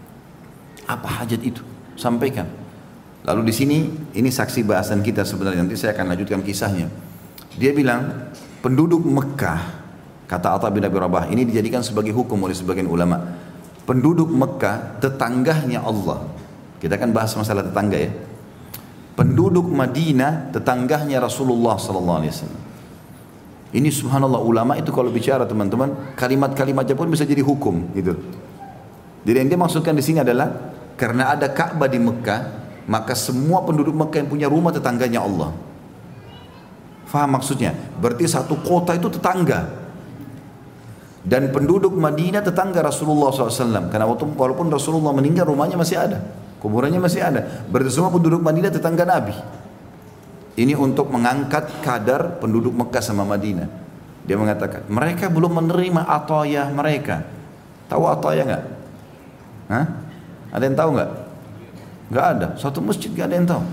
Apa hajat itu? Sampaikan. Lalu di sini, ini saksi bahasan kita sebenarnya, nanti saya akan lanjutkan kisahnya. Dia bilang, penduduk Mekah, kata Atha bin Abi Rabah, ini dijadikan sebagai hukum oleh sebagian ulama. Penduduk Mekah, tetangganya Allah. Kita akan bahas masalah tetangga ya. Penduduk Madinah, tetangganya Rasulullah sallallahu alaihi wasallam. Ini subhanallah, ulama itu kalau bicara teman-teman, kalimat-kalimatnya pun bisa jadi hukum gitu. Jadi yang dia maksudkan di sini adalah karena ada Ka'bah di Mekah, maka semua penduduk Mekah yang punya rumah tetangganya Allah. Faham maksudnya? Berarti satu kota itu tetangga. Dan penduduk Madinah tetangga Rasulullah shallallahu alaihi wasallam. Karena walaupun Rasulullah meninggal, rumahnya masih ada, kuburannya masih ada. Berarti semua penduduk Madinah tetangga Nabi. Ini untuk mengangkat kadar penduduk Mekah sama Madinah. Dia mengatakan, mereka belum menerima atayah mereka. Tahu atayah nggak? Hah? Ada yang tahu nggak? Nggak ada. Satu masjid nggak ada yang tahu.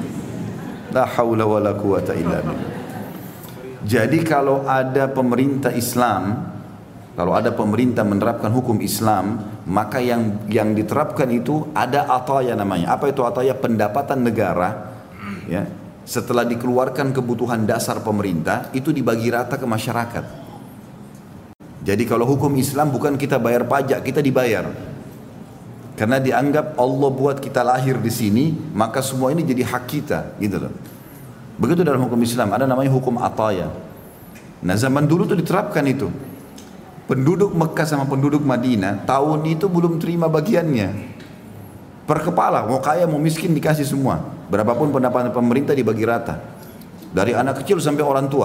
La haula wala quwata illa billah. Jadi kalau ada pemerintah Islam, kalau ada pemerintah menerapkan hukum Islam, maka yang yang diterapkan itu ada ataya namanya. Apa itu ataya? Pendapatan negara. Ya, setelah dikeluarkan kebutuhan dasar pemerintah, itu dibagi rata ke masyarakat. Jadi kalau hukum Islam bukan kita bayar pajak, kita dibayar. Karena dianggap Allah buat kita lahir di sini, maka semua ini jadi hak kita, gitu loh. Begitu dalam hukum Islam, ada namanya hukum ataya. Nah zaman dulu tuh diterapkan itu. Penduduk Mekah sama penduduk Madinah tahun itu belum terima bagiannya. Per kepala, mau kaya mau miskin dikasih semua. Berapapun pendapatan pemerintah dibagi rata. Dari anak kecil sampai orang tua.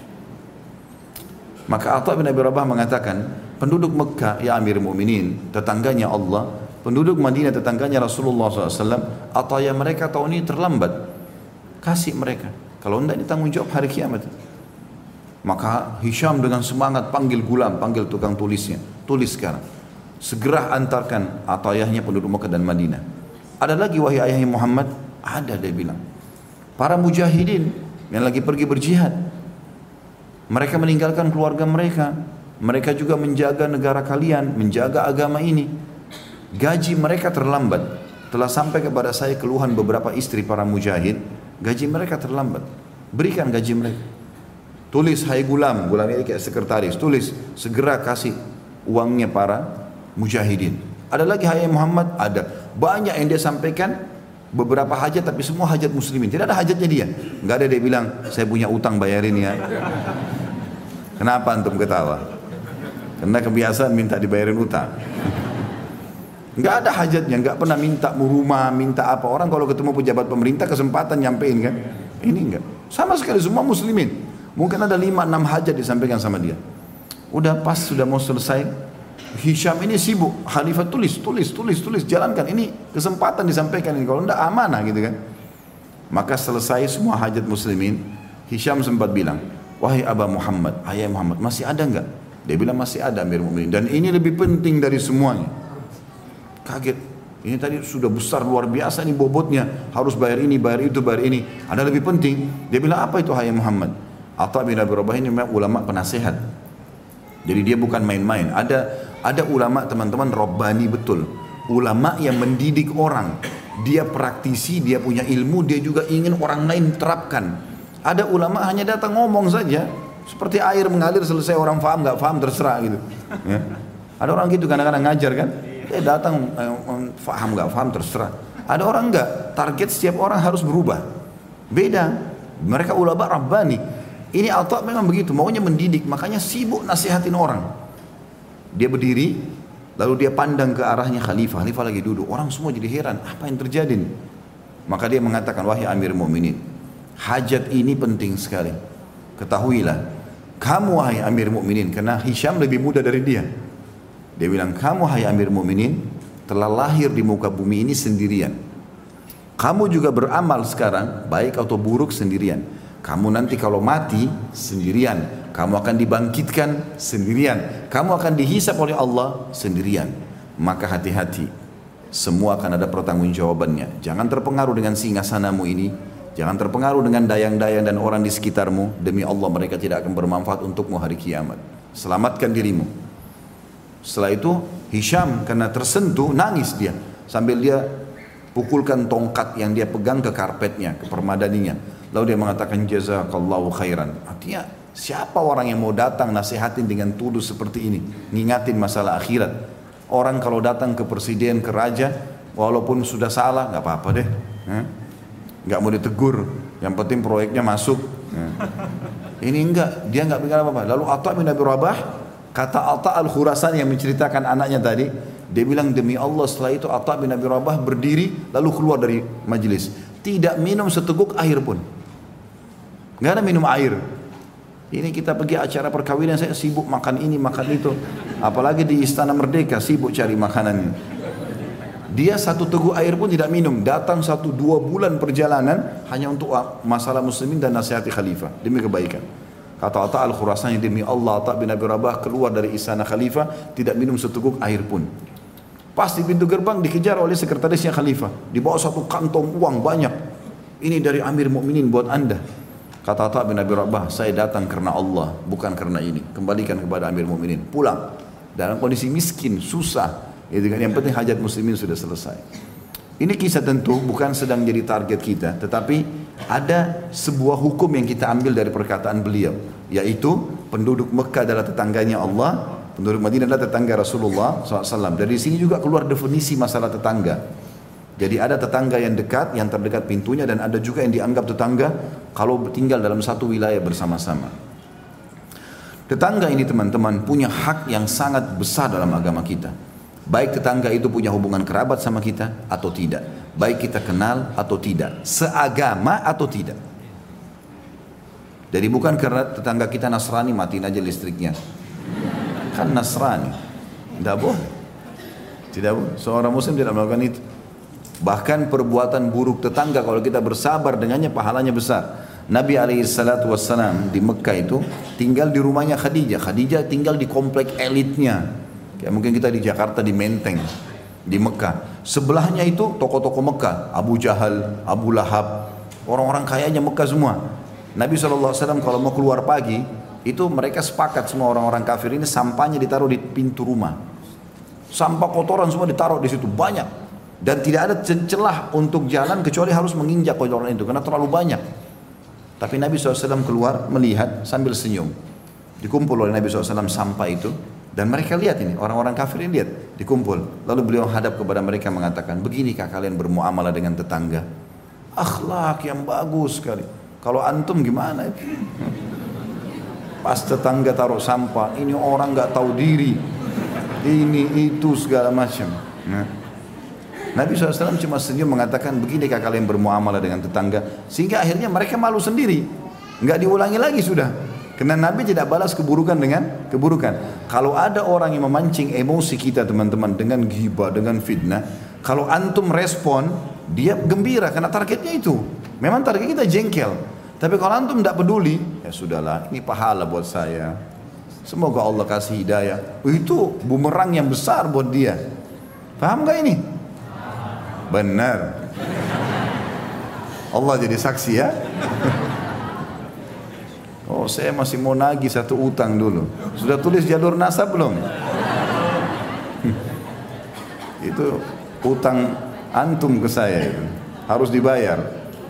Maka Atha bin Abi Rabah mengatakan, penduduk Mekah ya Amir Mukminin, tetangganya Allah, penduduk Madinah tetangganya Rasulullah shallallahu alaihi wasallam, ataya mereka tahun ini terlambat. Kasih mereka. Kalau tidak ditanggung jawab hari kiamat. Maka Hisham dengan semangat panggil gulam, panggil tukang tulisnya. Tulis sekarang. Segera antarkan atayahnya penduduk Mekah dan Madinah. Ada lagi wahai ayahnya Muhammad? Ada, dia bilang. Para mujahidin yang lagi pergi berjihad. Mereka meninggalkan keluarga mereka. Mereka juga menjaga negara kalian, menjaga agama ini. Gaji mereka terlambat. Telah sampai kepada saya keluhan beberapa istri para mujahid. Gaji mereka terlambat. Berikan gaji mereka. Tulis, hai gulam, gulam ini kayak sekretaris. Tulis, segera kasih uangnya para mujahidin. Ada lagi hai Muhammad? Ada. Banyak yang dia sampaikan, beberapa hajat, tapi semua hajat muslimin. Tidak ada hajatnya dia. Nggak ada dia bilang, saya punya utang bayarin ya. Kenapa antum ketawa? Karena kebiasaan minta dibayarin utang. Nggak ada hajatnya, nggak pernah minta rumah, minta apa. Orang kalau ketemu pejabat pemerintah kesempatan nyampein kan. Ini enggak. Sama sekali semua muslimin. Mungkin ada lima enam hajat disampaikan sama dia. Udah pas sudah mau selesai, Hisham ini sibuk. Khalifah tulis, tulis, tulis, tulis, jalankan. Ini kesempatan disampaikan ini. Kalau enggak amanah gitu kan. Maka selesai semua hajat muslimin. Hisham sempat bilang, wahai Aba Muhammad, ayah Muhammad, masih ada enggak? Dia bilang masih ada Amir Mukminin. Dan ini lebih penting dari semuanya. Kaget. Ini tadi sudah besar luar biasa nih bobotnya. Harus bayar ini, bayar itu, bayar ini. Ada lebih penting. Dia bilang apa itu hai Muhammad? Atha bin Abi Rabah ini memang ulama penasehat. Jadi dia bukan main-main. Ada ada ulama teman-teman Rabbani betul. Ulama yang mendidik orang. Dia praktisi, dia punya ilmu, dia juga ingin orang lain terapkan. Ada ulama hanya datang ngomong saja. Seperti air mengalir, selesai orang faham nggak faham terserah gitu. Ya. Ada orang gitu kadang-kadang ngajar kan. Dia datang eh, faham nggak faham terserah. Ada orang enggak. Target setiap orang harus berubah. Beda. Mereka ulama Rabbani. Ini Atha memang begitu, maunya mendidik, makanya sibuk nasihatin orang. Dia berdiri, lalu dia pandang ke arahnya khalifah, khalifah lagi duduk, orang semua jadi heran, apa yang terjadi nih? Maka dia mengatakan, wahai Amir Mukminin, hajat ini penting sekali. Ketahuilah, kamu wahai Amir Mukminin, karena Hisham lebih muda dari dia. Dia bilang, kamu wahai Amir Mukminin, telah lahir di muka bumi ini sendirian. Kamu juga beramal sekarang, baik atau buruk sendirian. Kamu nanti kalau mati sendirian, kamu akan dibangkitkan sendirian, kamu akan dihisap oleh Allah sendirian. Maka hati-hati, semua akan ada pertanggungjawabannya. Jangan terpengaruh dengan singgasanamu ini, jangan terpengaruh dengan dayang-dayang dan orang di sekitarmu. Demi Allah mereka tidak akan bermanfaat untukmu hari kiamat. Selamatkan dirimu. Setelah itu Hisham karena tersentuh nangis dia, sambil dia pukulkan tongkat yang dia pegang ke karpetnya, ke permadaninya. Lalu dia mengatakan jazakallahu khairan. Artinya siapa orang yang mau datang nasihatin dengan tulus seperti ini, ngingatin masalah akhirat. Orang kalau datang ke presiden, ke raja, walaupun sudah salah nggak apa-apa deh, nggak mau ditegur, yang penting proyeknya masuk. Ini enggak, dia nggak bilang apa-apa. Lalu Atha bin Abi Rabah, kata Atha al-Khurasani yang menceritakan anaknya tadi, dia bilang demi Allah setelah itu Atha bin Abi Rabah berdiri lalu keluar dari majelis, tidak minum seteguk air pun, nggak ada minum air. Ini kita pergi acara perkawinan, saya sibuk makan ini makan itu, apalagi di Istana Merdeka sibuk cari makanannya. Dia satu teguk air pun tidak minum, datang satu dua bulan perjalanan hanya untuk masalah muslimin dan nasihati khalifah demi kebaikan. Kata Atha al-Khurasani, demi Allah Atha bin Abi Rabah keluar dari istana khalifah tidak minum seteguk air pun. Pas di pintu gerbang dikejar oleh sekretarisnya khalifah, dibawa satu kantong uang banyak. Ini dari Amir Mukminin buat anda. Kata Atha bin Abi Rabah, saya datang karena Allah, bukan karena ini. Kembalikan kepada Amir Mukminin. Pulang dalam kondisi miskin, susah. Yang penting hajat muslimin sudah selesai. Ini kisah tentu bukan sedang jadi target kita, tetapi ada sebuah hukum yang kita ambil dari perkataan beliau, yaitu penduduk Mekah adalah tetangganya Allah, penduduk Madinah adalah tetangga Rasulullah shallallahu alaihi wasallam. Dari sini juga keluar definisi masalah tetangga. Jadi ada tetangga yang dekat, yang terdekat pintunya, dan ada juga yang dianggap tetangga kalau tinggal dalam satu wilayah bersama-sama. Tetangga ini teman-teman punya hak yang sangat besar dalam agama kita. Baik tetangga itu punya hubungan kerabat sama kita atau tidak, baik kita kenal atau tidak, seagama atau tidak. Jadi bukan karena tetangga kita Nasrani matiin aja listriknya, kan Nasrani, tidak boleh, tidak boleh. Seorang Muslim tidak melakukan itu. Bahkan perbuatan buruk tetangga kalau kita bersabar dengannya pahalanya besar. Nabi alaihi salatu wassalam di Mekah itu tinggal di rumahnya Khadijah. Khadijah tinggal di komplek elitnya. Kayak mungkin kita di Jakarta di Menteng, di Mekah. Sebelahnya itu toko-toko Mekah, Abu Jahal, Abu Lahab, orang-orang kayanya Mekah semua. Nabi shallallahu alaihi wasallam kalau mau keluar pagi, itu mereka sepakat semua orang-orang kafir ini sampahnya ditaruh di pintu rumah. Sampah kotoran semua ditaruh di situ banyak. Dan tidak ada celah untuk jalan kecuali harus menginjak kotoran itu karena terlalu banyak. Tapi Nabi shallallahu alaihi wasallam keluar melihat sambil senyum. Dikumpul oleh Nabi shallallahu alaihi wasallam sampah itu. Dan mereka lihat ini, orang-orang kafir ini lihat, dikumpul. Lalu beliau hadap kepada mereka mengatakan, beginikah kalian bermuamalah dengan tetangga? Akhlak yang bagus sekali. Kalau antum gimana itu? Pas tetangga taruh sampah, ini orang gak tahu diri. Ini, itu, segala macam. Nah. Nabi shallallahu alaihi wasallam cuma senyum mengatakan, beginikah kalian bermuamalah dengan tetangga? Sehingga akhirnya mereka malu sendiri. Nggak diulangi lagi sudah. Karena Nabi tidak balas keburukan dengan keburukan. Kalau ada orang yang memancing emosi kita teman-teman dengan ghibah, dengan fitnah, kalau antum respon, dia gembira karena targetnya itu. Memang target kita jengkel. Tapi kalau antum tidak peduli, ya sudahlah, ini pahala buat saya. Semoga Allah kasih hidayah. Itu bumerang yang besar buat dia. Paham gak ini? Benar. Allah jadi saksi ya. Oh, saya masih mau nagih satu utang dulu. Sudah tulis jalur nasab belum? Itu utang antum ke saya itu. Harus dibayar.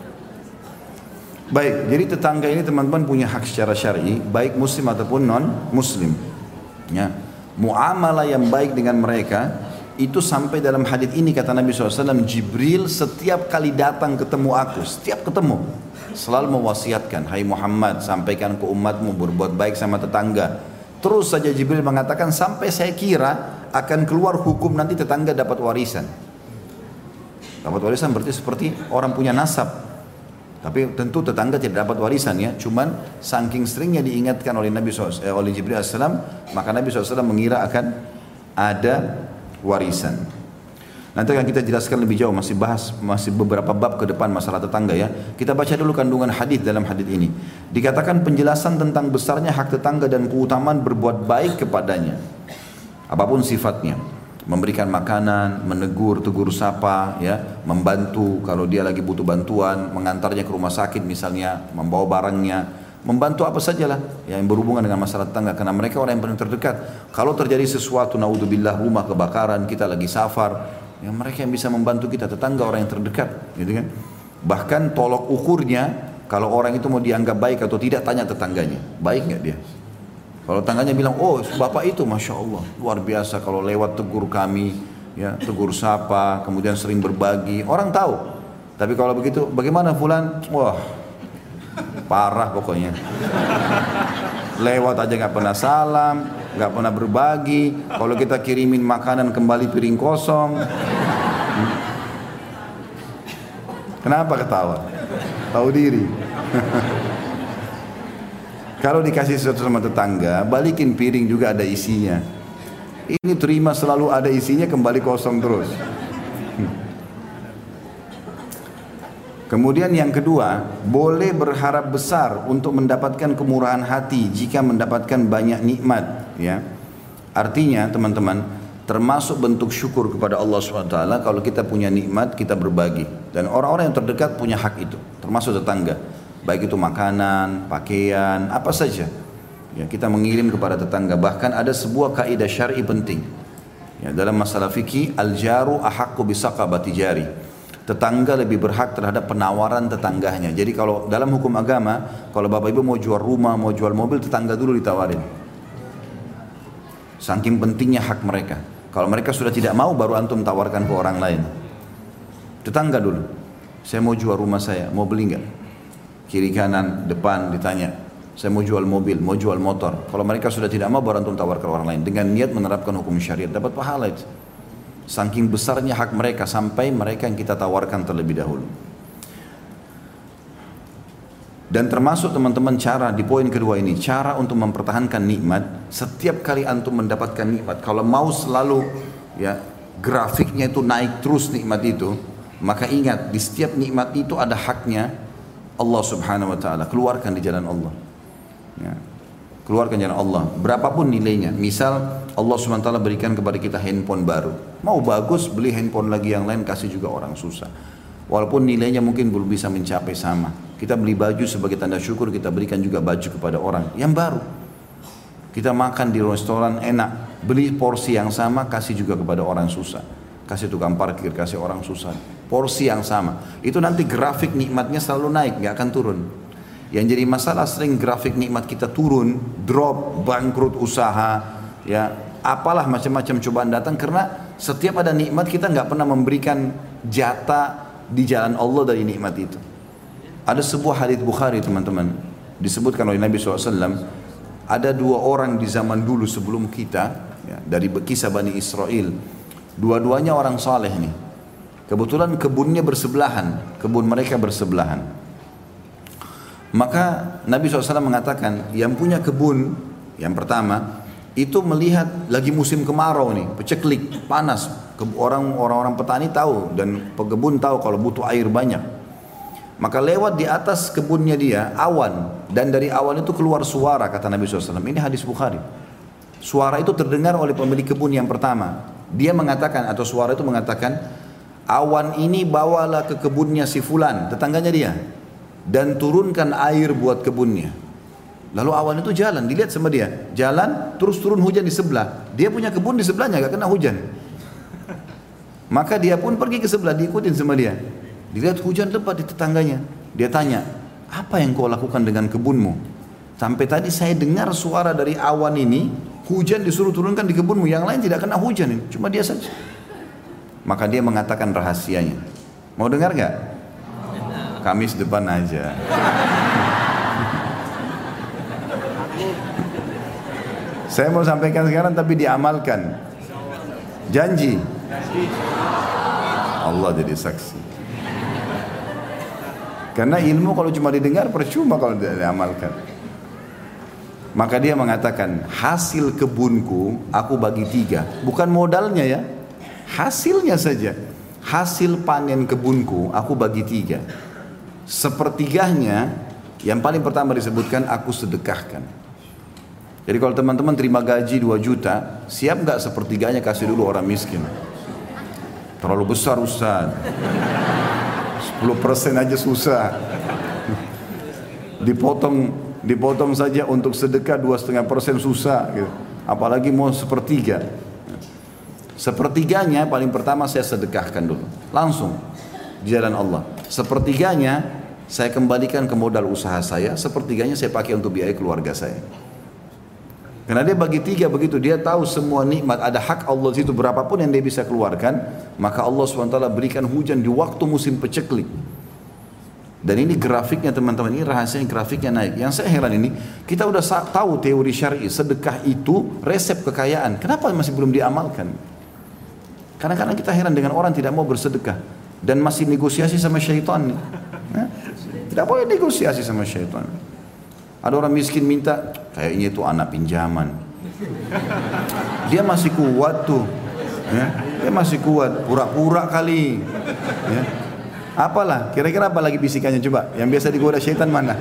Baik, jadi tetangga ini teman-teman punya hak secara syar'i, baik muslim ataupun non muslim. Ya. Muamalah yang baik dengan mereka itu sampai dalam hadits ini kata Nabi shallallahu alaihi wasallam, Jibril setiap kali datang ketemu aku, setiap ketemu selalu mewasiatkan, hai Muhammad, sampaikan ke umatmu berbuat baik sama tetangga. Terus saja Jibril mengatakan sampai saya kira akan keluar hukum nanti tetangga dapat warisan. Dapat warisan berarti seperti orang punya nasab. Tapi tentu tetangga tidak dapat warisan ya. Cuman saking seringnya diingatkan oleh Nabi shallallahu alaihi wasallam, oleh Jibril alaihissalam, maka Nabi shallallahu alaihi wasallam mengira akan ada warisan. Nanti akan kita jelaskan lebih jauh, masih bahas masih beberapa bab ke depan masalah tetangga ya. Kita baca dulu kandungan hadis dalam hadis ini. Dikatakan penjelasan tentang besarnya hak tetangga dan keutamaan berbuat baik kepadanya. Apapun sifatnya. Memberikan makanan, menegur, tegur sapa, ya, membantu kalau dia lagi butuh bantuan, mengantarnya ke rumah sakit misalnya, membawa barangnya, membantu apa sajalah yang berhubungan dengan masalah tetangga, karena mereka orang yang paling terdekat. Kalau terjadi sesuatu, naudzubillah, rumah kebakaran, kita lagi safar, ya mereka yang bisa membantu kita, tetangga orang yang terdekat, gitu kan. Bahkan tolok ukurnya, kalau orang itu mau dianggap baik atau tidak, tanya tetangganya, baik nggak dia? Kalau tangganya bilang, oh bapak itu Masya Allah, luar biasa kalau lewat tegur kami, ya, tegur sapa, kemudian sering berbagi, orang tahu. Tapi kalau begitu, bagaimana fulan? Wah, parah pokoknya. Lewat aja nggak pernah salam, nggak pernah berbagi. Kalau kita kirimin makanan kembali piring kosong. Kenapa ketawa? Tahu diri. Kalau dikasih sesuatu sama tetangga, balikin piring juga ada isinya. Ini terima selalu ada isinya, kembali kosong terus. Kemudian yang kedua, boleh berharap besar untuk mendapatkan kemurahan hati jika mendapatkan banyak nikmat. Ya, artinya teman-teman, termasuk bentuk syukur kepada Allah subhanahu wa taala kalau kita punya nikmat kita berbagi. Dan orang-orang yang terdekat punya hak itu, termasuk tetangga. Baik itu makanan, pakaian, apa saja. Ya, kita mengirim kepada tetangga. Bahkan ada sebuah kaidah syar'i penting. Ya, dalam masalah fikih, al-jaru ahaqqu bisaqabati jari. Tetangga lebih berhak terhadap penawaran tetangganya. Jadi kalau dalam hukum agama, kalau bapak ibu mau jual rumah, mau jual mobil, tetangga dulu ditawarin. Saking pentingnya hak mereka. Kalau mereka sudah tidak mau, baru antum tawarkan ke orang lain. Tetangga dulu. Saya mau jual rumah saya, mau beli enggak? Kiri kanan, depan ditanya. Saya mau jual mobil, mau jual motor. Kalau mereka sudah tidak mau, baru antum tawarkan orang lain. Dengan niat menerapkan hukum syariat, dapat pahala itu. Saking besarnya hak mereka sampai mereka yang kita tawarkan terlebih dahulu. Dan termasuk teman-teman cara di poin kedua ini, cara untuk mempertahankan nikmat. Setiap kali antum mendapatkan nikmat, kalau mau selalu ya grafiknya itu naik terus nikmat itu, maka ingat di setiap nikmat itu ada haknya Allah subhanahu wa ta'ala. Keluarkan di jalan Allah, ya. Keluarkan jalan Allah berapapun nilainya. Misal Allah subhanahu wa ta'ala berikan kepada kita handphone baru, mau bagus beli handphone lagi yang lain, kasih juga orang susah, walaupun nilainya mungkin belum bisa mencapai sama. Kita beli baju sebagai tanda syukur, kita berikan juga baju kepada orang yang baru. Kita makan di restoran enak, beli porsi yang sama, kasih juga kepada orang susah. Kasih tukang parkir, kasih orang susah, porsi yang sama. Itu nanti grafik nikmatnya selalu naik, gak akan turun. Yang jadi masalah sering grafik nikmat kita turun, drop, bangkrut usaha, ya apalah macam-macam cobaan datang, karena setiap ada nikmat kita gak pernah memberikan jatah di jalan Allah dari nikmat itu. Ada sebuah hadits Bukhari teman-teman, disebutkan oleh Nabi shallallahu alaihi wasallam, ada dua orang di zaman dulu sebelum kita, ya, dari kisah Bani Israel. Dua-duanya orang saleh nih. Kebetulan kebunnya bersebelahan, kebun mereka bersebelahan. Maka Nabi shallallahu alaihi wasallam mengatakan, yang punya kebun yang pertama itu melihat lagi musim kemarau nih, peceklik, panas. Orang orang petani tahu dan pekebun tahu kalau butuh air banyak. Maka lewat di atas kebunnya dia awan, dan dari awan itu keluar suara, kata Nabi shallallahu alaihi wasallam. Ini hadis Bukhari. Suara itu terdengar oleh pemilik kebun yang pertama. Dia mengatakan, atau suara itu mengatakan, awan ini bawalah ke kebunnya si fulan, tetangganya dia, dan turunkan air buat kebunnya. Lalu awan itu jalan, dilihat sama dia, jalan terus turun hujan di sebelah. Dia punya kebun di sebelahnya, gak kena hujan. Maka dia pun pergi ke sebelah, diikutin sama dia. Dilihat hujan lebat di tetangganya. Dia tanya, apa yang kau lakukan dengan kebunmu? Sampai tadi saya dengar suara dari awan ini, hujan disuruh turunkan di kebunmu, yang lain tidak kena hujan, cuma dia saja. Maka dia mengatakan rahasianya. Mau dengar gak? Kamis depan aja. Saya mau sampaikan sekarang tapi diamalkan. Janji. Allah jadi saksi. Karena ilmu kalau cuma didengar percuma kalau tidak diamalkan. Maka dia mengatakan, hasil kebunku aku bagi tiga. Bukan modalnya ya, Hasilnya saja, hasil panen kebunku aku bagi tiga. Sepertiganya yang paling pertama disebutkan aku sedekahkan. Jadi kalau teman-teman terima gaji dua juta, siap gak sepertiganya kasih dulu orang miskin? Terlalu besar Ustaz, sepuluh persen aja susah. Dipotong, dipotong saja untuk sedekah dua koma lima persen susah gitu. Apalagi mau sepertiga. Sepertiganya paling pertama saya sedekahkan dulu, langsung di jalan Allah. Sepertiganya saya kembalikan ke modal usaha saya, sepertiganya saya pakai untuk biaya keluarga saya. Karena dia bagi tiga begitu, dia tahu semua nikmat, ada hak Allah itu berapapun yang dia bisa keluarkan, maka Allah subhanahu wa taala berikan hujan di waktu musim peceklik. Dan ini grafiknya teman-teman, ini rahasianya grafiknya naik. Yang saya heran ini, kita udah tahu teori syar'i, sedekah itu resep kekayaan. Kenapa masih belum diamalkan? Kadang-kadang kita heran dengan orang tidak mau bersedekah dan masih negosiasi sama syaitan. Nah, tidak boleh negosiasi sama syaitan. Ada orang miskin minta, kayaknya itu anak pinjaman. Dia masih kuat tuh, ya. Dia masih kuat, pura-pura kali. Ya. Apalah, kira-kira apa lagi bisikannya coba? Yang biasa digoda syaitan mana?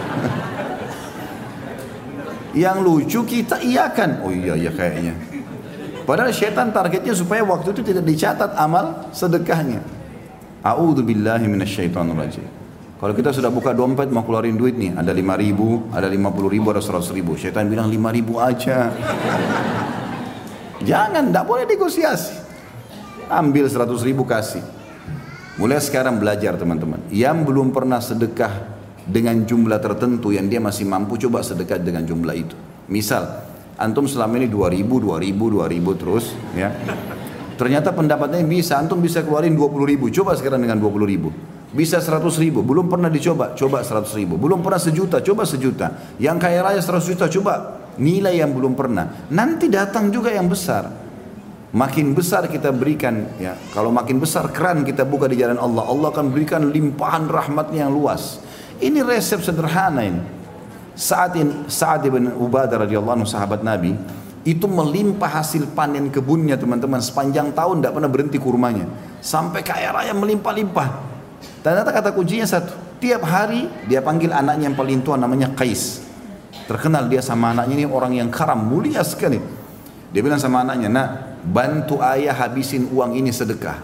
Yang lucu kita iyakan, oh iya iya kayaknya. Padahal syaitan targetnya supaya waktu itu tidak dicatat amal sedekahnya. A'udzubillahi minasyaitonirrajim. Kalau kita sudah buka dompet mau keluarin duit nih, ada lima ribu, ada lima puluh ribu, ada seratus ribu. Syaitan bilang lima ribu aja. Jangan, tidak boleh negosiasi. Ambil seratus ribu kasih. Mulai sekarang belajar teman-teman. Yang belum pernah sedekah dengan jumlah tertentu yang dia masih mampu, coba sedekah dengan jumlah itu. Misal, antum selama ini dua ribu, dua ribu, dua ribu terus. Ya. Ternyata pendapatnya bisa, antum bisa keluarin dua puluh ribu. Coba sekarang dengan dua puluh ribu. Bisa seratus ribu, belum pernah dicoba, coba seratus ribu. Belum pernah sejuta, coba sejuta. Yang kaya raya seratus juta, coba nilai yang belum pernah. Nanti datang juga yang besar. Makin besar kita berikan, ya. Kalau makin besar keran kita buka di jalan Allah, Allah akan berikan limpahan rahmatnya yang luas. Ini resep sederhana ini. Sa'ad Sa'ad bin Ubadah radhiyallahu anhu, sahabat Nabi, itu melimpah hasil panen kebunnya teman-teman, sepanjang tahun tidak pernah berhenti kurmanya. Sampai kaya raya melimpah-limpah. Ternyata kata kuncinya satu, tiap hari dia panggil anaknya yang paling tua namanya Qais. Terkenal dia sama anaknya ini orang yang karam, mulia sekali. Dia bilang sama anaknya, nak, bantu ayah habisin uang ini sedekah.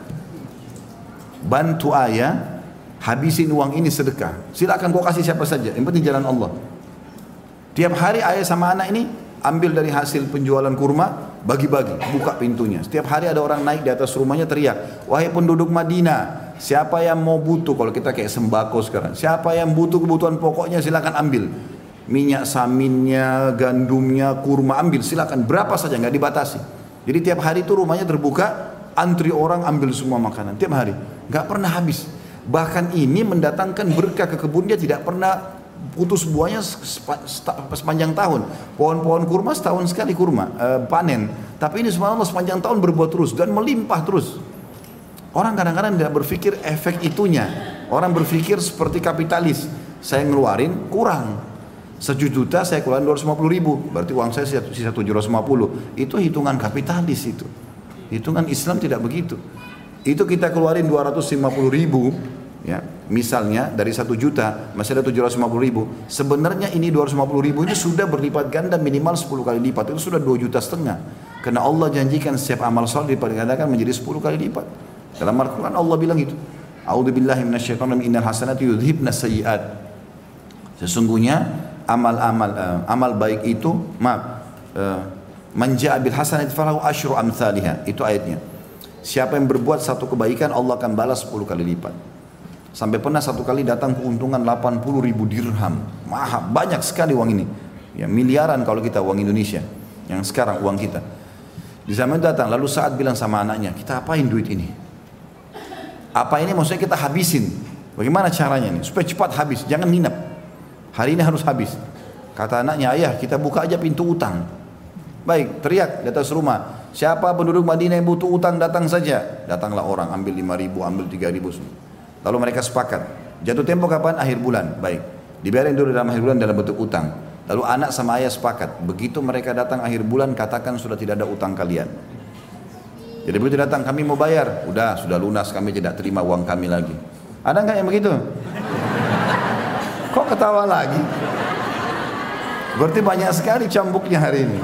Bantu ayah habisin uang ini sedekah. Silakan kau kasih siapa saja, yang penting jalan Allah. Tiap hari ayah sama anak ini ambil dari hasil penjualan kurma, bagi-bagi, buka pintunya. Setiap hari ada orang naik di atas rumahnya teriak, wahai penduduk Madinah, siapa yang mau butuh, kalau kita kayak sembako sekarang, siapa yang butuh kebutuhan pokoknya silakan ambil. Minyak saminnya, gandumnya, kurma ambil, silakan berapa saja, nggak dibatasi. Jadi tiap hari itu rumahnya terbuka, antri orang ambil semua makanan, tiap hari, nggak pernah habis. Bahkan ini mendatangkan berkah ke kebun, dia tidak pernah putus buahnya sepanjang tahun. Pohon-pohon kurma setahun sekali kurma eh, panen. Tapi ini subhanallah sepanjang tahun berbuah terus dan melimpah terus. Orang kadang-kadang tidak berpikir efek itunya. Orang berpikir seperti kapitalis. Saya ngeluarin kurang. Sejuta saya keluarin dua ratus lima puluh ribu. Berarti uang saya sisa tujuh ratus lima puluh. Itu hitungan kapitalis itu. Hitungan Islam tidak begitu. Itu kita keluarin dua ratus lima puluh ribu. Ya, misalnya dari satu juta masih ada tujuh ratus lima puluh ribu. Sebenarnya ini dua ratus lima puluh ribu ini sudah berlipat ganda minimal sepuluh kali lipat. Itu sudah dua juta setengah. Karena Allah janjikan setiap amal saleh dilipat gandakan menjadi sepuluh kali lipat. Dalam Al-Quran Allah bilang itu. A'udzubillahi minasyaitonir rajim, innal hasanati yudhibnas sayyi'at. Sesungguhnya amal-amal uh, amal baik itu, maaf, uh, man jaa bil hasanati falahu asyru amsalihha. Itu ayatnya. Siapa yang berbuat satu kebaikan Allah akan balas sepuluh kali lipat. Sampai pernah satu kali datang keuntungan delapan puluh ribu dirham. Mahal, banyak sekali uang ini. Ya, miliaran kalau kita uang Indonesia. Yang sekarang uang kita. Di zaman datang, lalu Sa'ad bilang sama anaknya, kita apain duit ini? Apa ini maksudnya kita habisin? Bagaimana caranya nih? Supaya cepat habis, jangan nginep. Hari ini harus habis. Kata anaknya, ayah kita buka aja pintu utang. Baik, teriak di atas rumah. Siapa penduduk Madinah yang butuh utang datang saja. Datanglah orang, ambil lima ribu, ambil tiga ribu. Lalu mereka sepakat, jatuh tempo kapan? Akhir bulan, baik. Dibayarin dulu dalam akhir bulan dalam bentuk utang. Lalu anak sama ayah sepakat, begitu mereka datang akhir bulan katakan sudah tidak ada utang kalian. Jadi begitu datang, kami mau bayar, udah sudah lunas, kami tidak terima uang kami lagi. Ada nggak yang begitu? Kok ketawa lagi? Berarti banyak sekali cambuknya hari ini.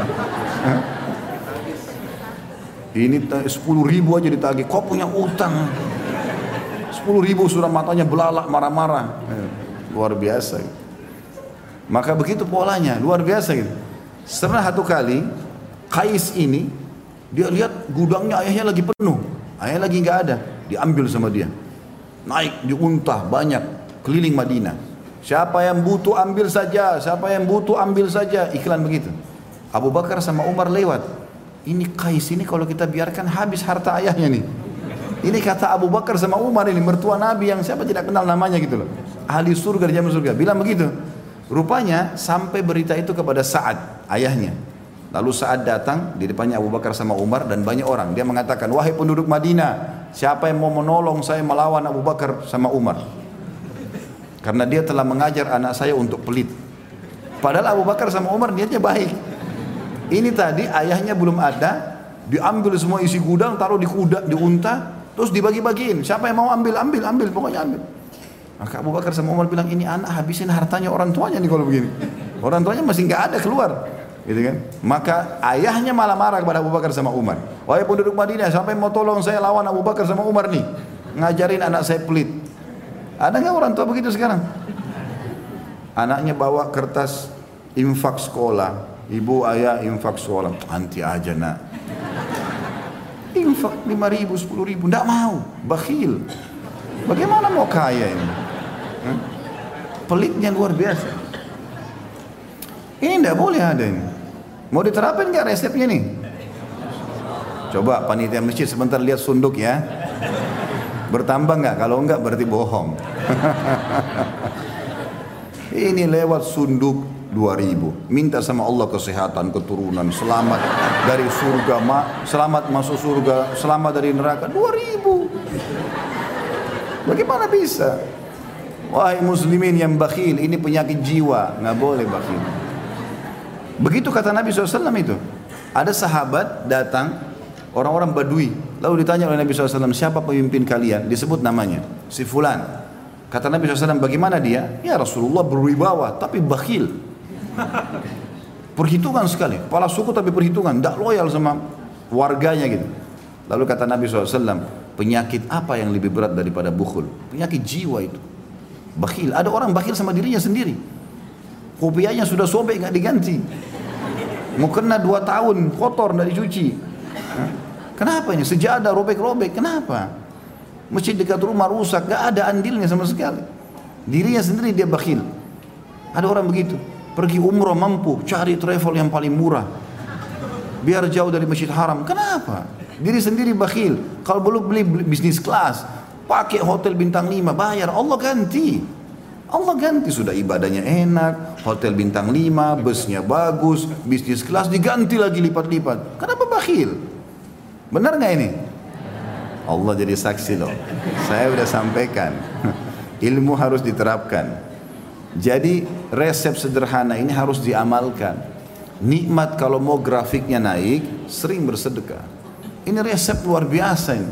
Ini sepuluh ribu aja ditagih, kok punya utang? Sepuluh ribu sudah matanya belalak marah-marah. Luar biasa. Maka begitu polanya, luar biasa gitu. Setelah satu kali, Qais ini, dia lihat gudangnya ayahnya lagi penuh. Ayahnya lagi nggak ada, diambil sama dia. Naik di unta banyak, keliling Madinah. Siapa yang butuh ambil saja, siapa yang butuh ambil saja, iklan begitu. Abu Bakar sama Umar lewat. Ini Qais ini kalau kita biarkan habis harta ayahnya nih. Ini kata Abu Bakar sama Umar ini, mertua Nabi yang siapa tidak kenal namanya gitu loh. Ahli surga di jamin surga, bilang begitu. Rupanya sampai berita itu kepada Sa'ad, ayahnya. Lalu Sa'ad datang di depannya Abu Bakar sama Umar dan banyak orang. Dia mengatakan, wahai penduduk Madinah, siapa yang mau menolong saya melawan Abu Bakar sama Umar? Karena dia telah mengajar anak saya untuk pelit. Padahal Abu Bakar sama Umar niatnya baik. Ini tadi ayahnya belum ada, diambil semua isi gudang, taruh di kuda, di unta, terus dibagi-bagiin. Siapa yang mau ambil, ambil, ambil, pokoknya ambil. Maka Abu Bakar sama Umar bilang, ini anak habisin hartanya orang tuanya nih kalau begini. Orang tuanya masih nggak ada keluar, gitu kan? Maka ayahnya malah marah kepada Abu Bakar sama Umar. Wahai penduduk Madinah, siapa yang mau tolong saya lawan Abu Bakar sama Umar nih? Ngajarin anak saya pelit. Ada nggak orang tua begitu sekarang? Anaknya bawa kertas infak sekolah, ibu ayah infak sekolah, anti aja nak. Infak lima ribu, sepuluh ribu, nggak mau, bakhil. Bagaimana mau kaya ini? Hmm? Pelitnya luar biasa. Ini tidak boleh ada ini. Mau diterapin nggak resepnya nih? Coba panitia masjid sebentar lihat sunduk ya. Bertambah nggak? Kalau enggak berarti bohong. Ini lewat sunduk dua ribu. Minta sama Allah kesehatan, keturunan, selamat dari surga, selamat masuk surga, selamat dari neraka. dua ribu. Bagaimana bisa? Wahai muslimin yang bakhil, ini penyakit jiwa, nggak boleh bakhil. Begitu kata Nabi shallallahu alaihi wasallam itu. Ada sahabat datang, orang-orang Badui, lalu ditanya oleh Nabi shallallahu alaihi wasallam, siapa pemimpin kalian? Disebut namanya, si Fulan. Kata Nabi shallallahu alaihi wasallam, bagaimana dia? Ya Rasulullah berwibawa, tapi bakhil. Perhitungan sekali, kepala suku tapi perhitungan, tidak loyal sama warganya gitu. Lalu kata Nabi shallallahu alaihi wasallam, penyakit apa yang lebih berat daripada bukhul? Penyakit jiwa itu. Bakhil. Ada orang bakhil sama dirinya sendiri. Kopiahnya sudah sobek nggak diganti. Mau kena dua tahun kotor nggak dicuci. Kenapa ini? Sejadah robek-robek. Kenapa? Masjid dekat rumah rusak, nggak ada andilnya sama sekali. Dirinya sendiri dia bakhil. Ada orang begitu. Pergi umroh mampu, cari travel yang paling murah. Biar jauh dari Masjid Haram. Kenapa? Diri sendiri bakhil. Kalau belum beli bisnis kelas, pakai hotel bintang lima, bayar, Allah ganti. Allah ganti, sudah ibadahnya enak, hotel bintang lima, busnya bagus, bisnis kelas diganti lagi lipat-lipat. Kenapa bakhil? Benar nggak ini? Allah jadi saksi loh. Saya udah sampaikan. Ilmu harus diterapkan. Jadi resep sederhana ini harus diamalkan. Nikmat kalau mau grafiknya naik, sering bersedekah. Ini resep luar biasa ini.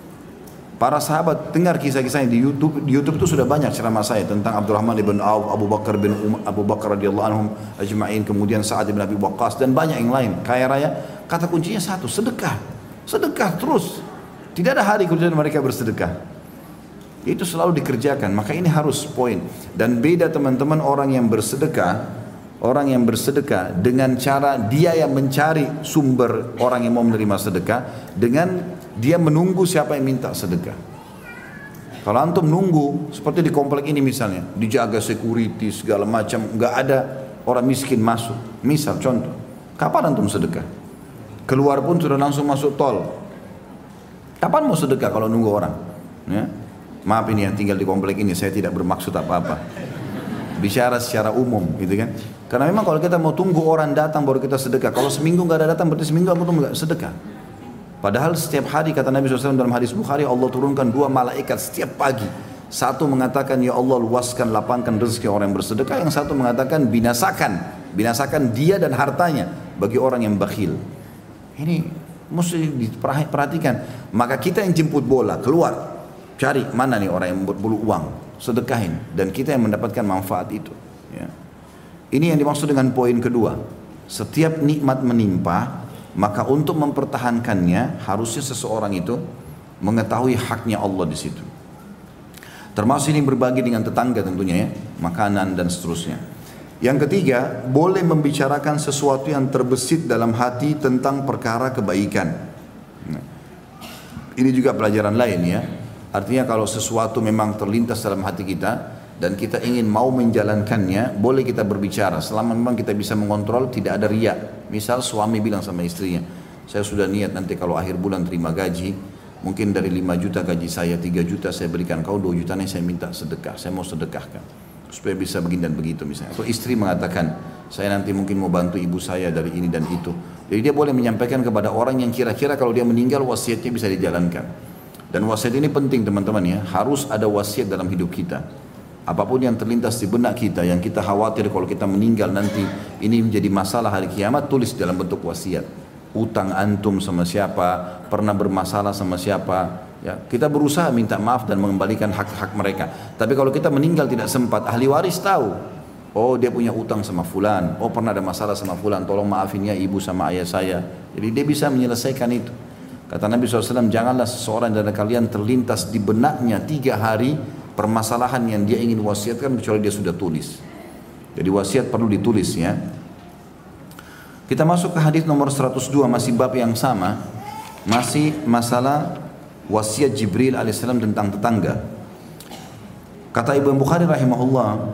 Para sahabat dengar kisah-kisahnya di YouTube. Di YouTube itu sudah banyak ceramah saya tentang Abdurrahman ibn Auf, Abu Bakar bin um, Abu Bakar radhiyallahu anhum ajma'in, kemudian Sa'ad bin Abi Waqqas dan banyak yang lain. Kaya raya. Kata kuncinya satu, sedekah. Sedekah terus. Tidak ada hari kemudian mereka bersedekah. Itu selalu dikerjakan. Maka ini harus poin. Dan beda teman-teman orang yang bersedekah. Orang yang bersedekah dengan cara dia yang mencari sumber orang yang mau menerima sedekah, dengan dia menunggu siapa yang minta sedekah. Kalau antum nunggu seperti di komplek ini misalnya, dijaga security segala macam, nggak ada orang miskin masuk. Misal contoh, kapan antum sedekah? Keluar pun sudah langsung masuk tol. Kapan mau sedekah kalau nunggu orang? Ya? Maaf ini yang tinggal di komplek ini, saya tidak bermaksud apa-apa. Bicara secara umum gitu kan. Karena memang kalau kita mau tunggu orang datang baru kita sedekah. Kalau seminggu nggak ada datang berarti seminggu aku tuh nggak sedekah. Padahal setiap hari kata Nabi shallallahu alaihi wasallam dalam hadis Bukhari, Allah turunkan dua malaikat setiap pagi. Satu mengatakan ya Allah luaskan lapangkan rezeki orang yang bersedekah. Yang satu mengatakan binasakan. Binasakan dia dan hartanya bagi orang yang bakhil. Ini mesti diperhatikan. Maka kita yang jemput bola, keluar, cari mana nih orang yang perlu uang, sedekahin, dan kita yang mendapatkan manfaat itu. Ya. Ini yang dimaksud dengan poin kedua. Setiap nikmat menimpa, maka untuk mempertahankannya harusnya seseorang itu mengetahui haknya Allah di situ. Termasuk ini berbagi dengan tetangga tentunya ya, makanan dan seterusnya. Yang ketiga, boleh membicarakan sesuatu yang terbesit dalam hati tentang perkara kebaikan. Nah, ini juga pelajaran lain ya. Artinya kalau sesuatu memang terlintas dalam hati kita dan kita ingin mau menjalankannya, boleh kita berbicara selama memang kita bisa mengontrol, tidak ada riya. Misal suami bilang sama istrinya, saya sudah niat nanti kalau akhir bulan terima gaji, mungkin dari lima juta gaji saya, tiga juta saya berikan kau, dua juta nih saya minta sedekah, saya mau sedekahkan supaya bisa begini dan begitu misalnya. Atau istri mengatakan, saya nanti mungkin mau bantu ibu saya dari ini dan itu. Jadi dia boleh menyampaikan kepada orang yang kira-kira kalau dia meninggal wasiatnya bisa dijalankan. Dan wasiat ini penting teman-teman ya, harus ada wasiat dalam hidup kita. Apapun yang terlintas di benak kita, yang kita khawatir kalau kita meninggal nanti ini menjadi masalah hari kiamat, tulis dalam bentuk wasiat. Utang antum sama siapa, pernah bermasalah sama siapa, ya, kita berusaha minta maaf dan mengembalikan hak-hak mereka. Tapi kalau kita meninggal tidak sempat, ahli waris tahu, oh dia punya utang sama fulan, oh pernah ada masalah sama fulan, tolong maafin ya ibu sama ayah saya. Jadi dia bisa menyelesaikan itu. Kata Nabi shallallahu alaihi wasallam, janganlah seseorang dari kalian terlintas di benaknya tiga hari permasalahan yang dia ingin wasiatkan kecuali dia sudah tulis. Jadi wasiat perlu ditulis ya. Kita masuk ke hadis nomor seratus dua, masih bab yang sama, masih masalah wasiat Jibril alaihissalam tentang tetangga. Kata Ibnu Bukhari rahimahullah,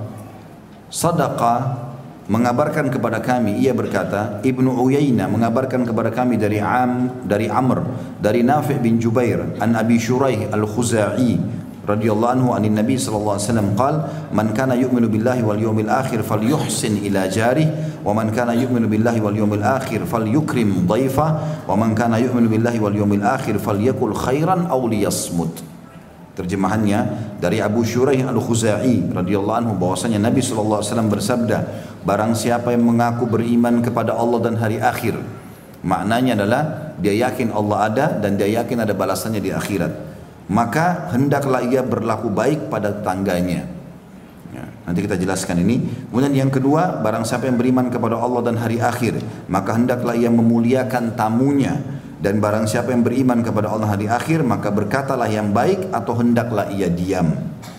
Sadaqa mengabarkan kepada kami, ia berkata, Ibnu Uyainah mengabarkan kepada kami dari Am dari Amr dari Nafi' bin Jubair an Abi Shuraih al-Khuzai radhiyallahu anhu anin Nabi sallallahu alaihi wasallam qala man kana yu'minu billahi wal yawmil akhir falyuhsin ila jarih wa man kana yu'minu billahi wal yawmil akhir falyukrim dhaifa wa man kana yu'minu billahi wal yawmil akhir falyakul khairan aw liyasmut. Terjemahannya dari Abu Shuraih al-Khuzai radhiyallahu anhu bahwasanya Nabi sallallahu alaihi wasallam bersabda, barang siapa yang mengaku beriman kepada Allah dan hari akhir, maknanya adalah dia yakin Allah ada dan dia yakin ada balasannya di akhirat, maka hendaklah ia berlaku baik pada tetangganya. Ya, nanti kita jelaskan ini. Kemudian yang kedua, barang siapa yang beriman kepada Allah dan hari akhir, maka hendaklah ia memuliakan tamunya. Dan barang siapa yang beriman kepada Allah hari akhir, maka berkatalah yang baik atau hendaklah ia diam.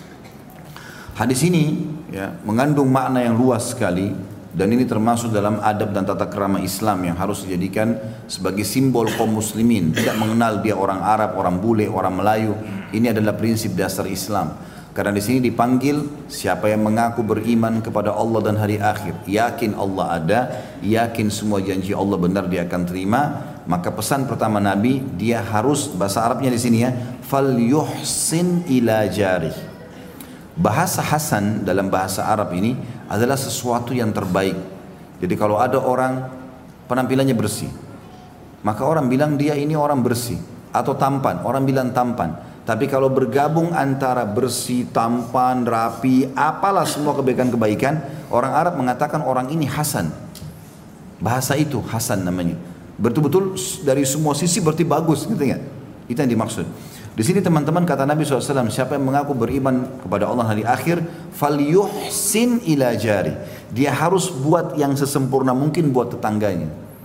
Hadis ini ya, mengandung makna yang luas sekali. Dan ini termasuk dalam adab dan tata krama Islam yang harus dijadikan sebagai simbol kaum muslimin. Tidak mengenal dia orang Arab, orang bule, orang Melayu. Ini adalah prinsip dasar Islam. Karena di sini dipanggil siapa yang mengaku beriman kepada Allah dan hari akhir, yakin Allah ada, yakin semua janji Allah benar dia akan terima, maka pesan pertama Nabi, dia harus, bahasa Arabnya di sini ya, fal yuhsin ila jarih. Bahasa hasan dalam bahasa Arab ini adalah sesuatu yang terbaik. Jadi kalau ada orang penampilannya bersih, maka orang bilang dia ini orang bersih, atau tampan, orang bilang tampan. Tapi kalau bergabung antara bersih, tampan, rapi, apalah semua kebaikan-kebaikan, orang Arab mengatakan orang ini hasan. Bahasa itu hasan namanya. Betul-betul dari semua sisi berarti bagus, gitu ya. Itu yang dimaksud. Di sini teman-teman kata Nabi shallallahu alaihi wasallam, siapa yang mengaku beriman kepada Allah hari akhir, falyuhsin ila jari. Dia harus buat yang sesempurna mungkin buat tetangganya.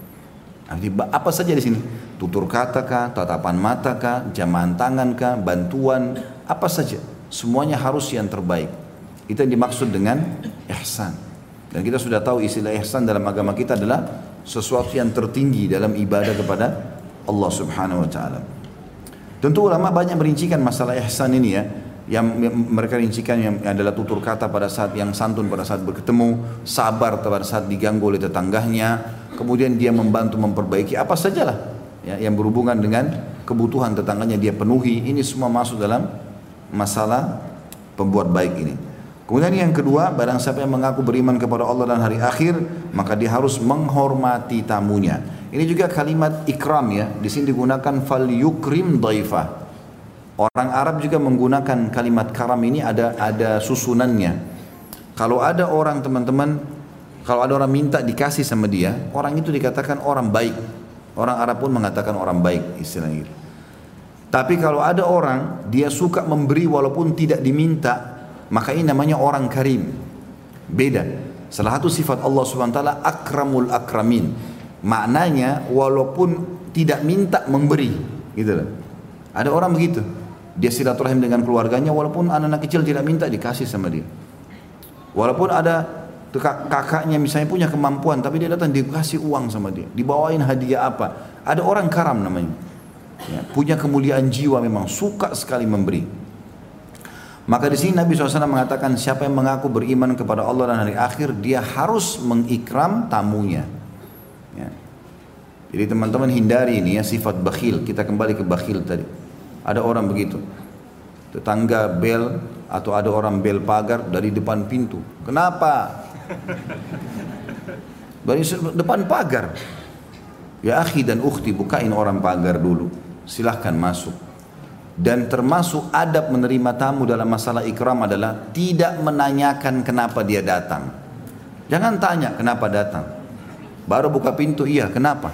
Apa saja di sini? Tutur kata kah, tatapan mata kah, jamahan tangan kah, bantuan, apa saja. Semuanya harus yang terbaik. Itu yang dimaksud dengan ihsan. Dan kita sudah tahu istilah ihsan dalam agama kita adalah sesuatu yang tertinggi dalam ibadah kepada Allah Subhanahu wa taala. Tentu ulama banyak merincikan masalah ihsan ini ya. Yang mereka rincikan yang adalah tutur kata pada saat yang santun pada saat bertemu, sabar pada saat diganggu oleh tetangganya, kemudian dia membantu memperbaiki apa sajalah ya, yang berhubungan dengan kebutuhan tetangganya dia penuhi. Ini semua masuk dalam masalah pembuat baik ini. Kemudian yang kedua, barang siapa yang mengaku beriman kepada Allah dan hari akhir, maka dia harus menghormati tamunya. Ini juga kalimat ikram ya, di sini digunakan fal yukrim dhaifah. Orang Arab juga menggunakan kalimat karam ini ada ada susunannya. Kalau ada orang teman-teman, kalau ada orang minta dikasih sama dia, orang itu dikatakan orang baik. Orang Arab pun mengatakan orang baik, istilahnya gitu. Tapi kalau ada orang dia suka memberi walaupun tidak diminta, maka ini namanya orang karim. Beda. Salah satu sifat Allah subhanahu wa taala akramul akramin. Maknanya walaupun tidak minta memberi, gitu loh. Ada orang begitu. Dia silaturahim dengan keluarganya walaupun anak-anak kecil tidak minta dikasih sama dia. Walaupun ada kakaknya misalnya punya kemampuan tapi dia datang dikasih uang sama dia, dibawain hadiah apa. Ada orang karam namanya, ya, punya kemuliaan jiwa, memang suka sekali memberi. Maka di sini Nabi shallallahu alaihi wasallam mengatakan siapa yang mengaku beriman kepada Allah dan hari akhir, dia harus mengikram tamunya, ya. Jadi teman-teman hindari ini ya sifat bakhil. Kita kembali ke bakhil tadi. Ada orang begitu, tetangga bel atau ada orang bel pagar dari depan pintu. Kenapa? Dari depan pagar. Ya akhi dan ukhti, bukain orang pagar dulu, silahkan masuk. Dan termasuk adab menerima tamu dalam masalah ikram adalah tidak menanyakan kenapa dia datang. Jangan tanya kenapa datang. Baru buka pintu, iya kenapa?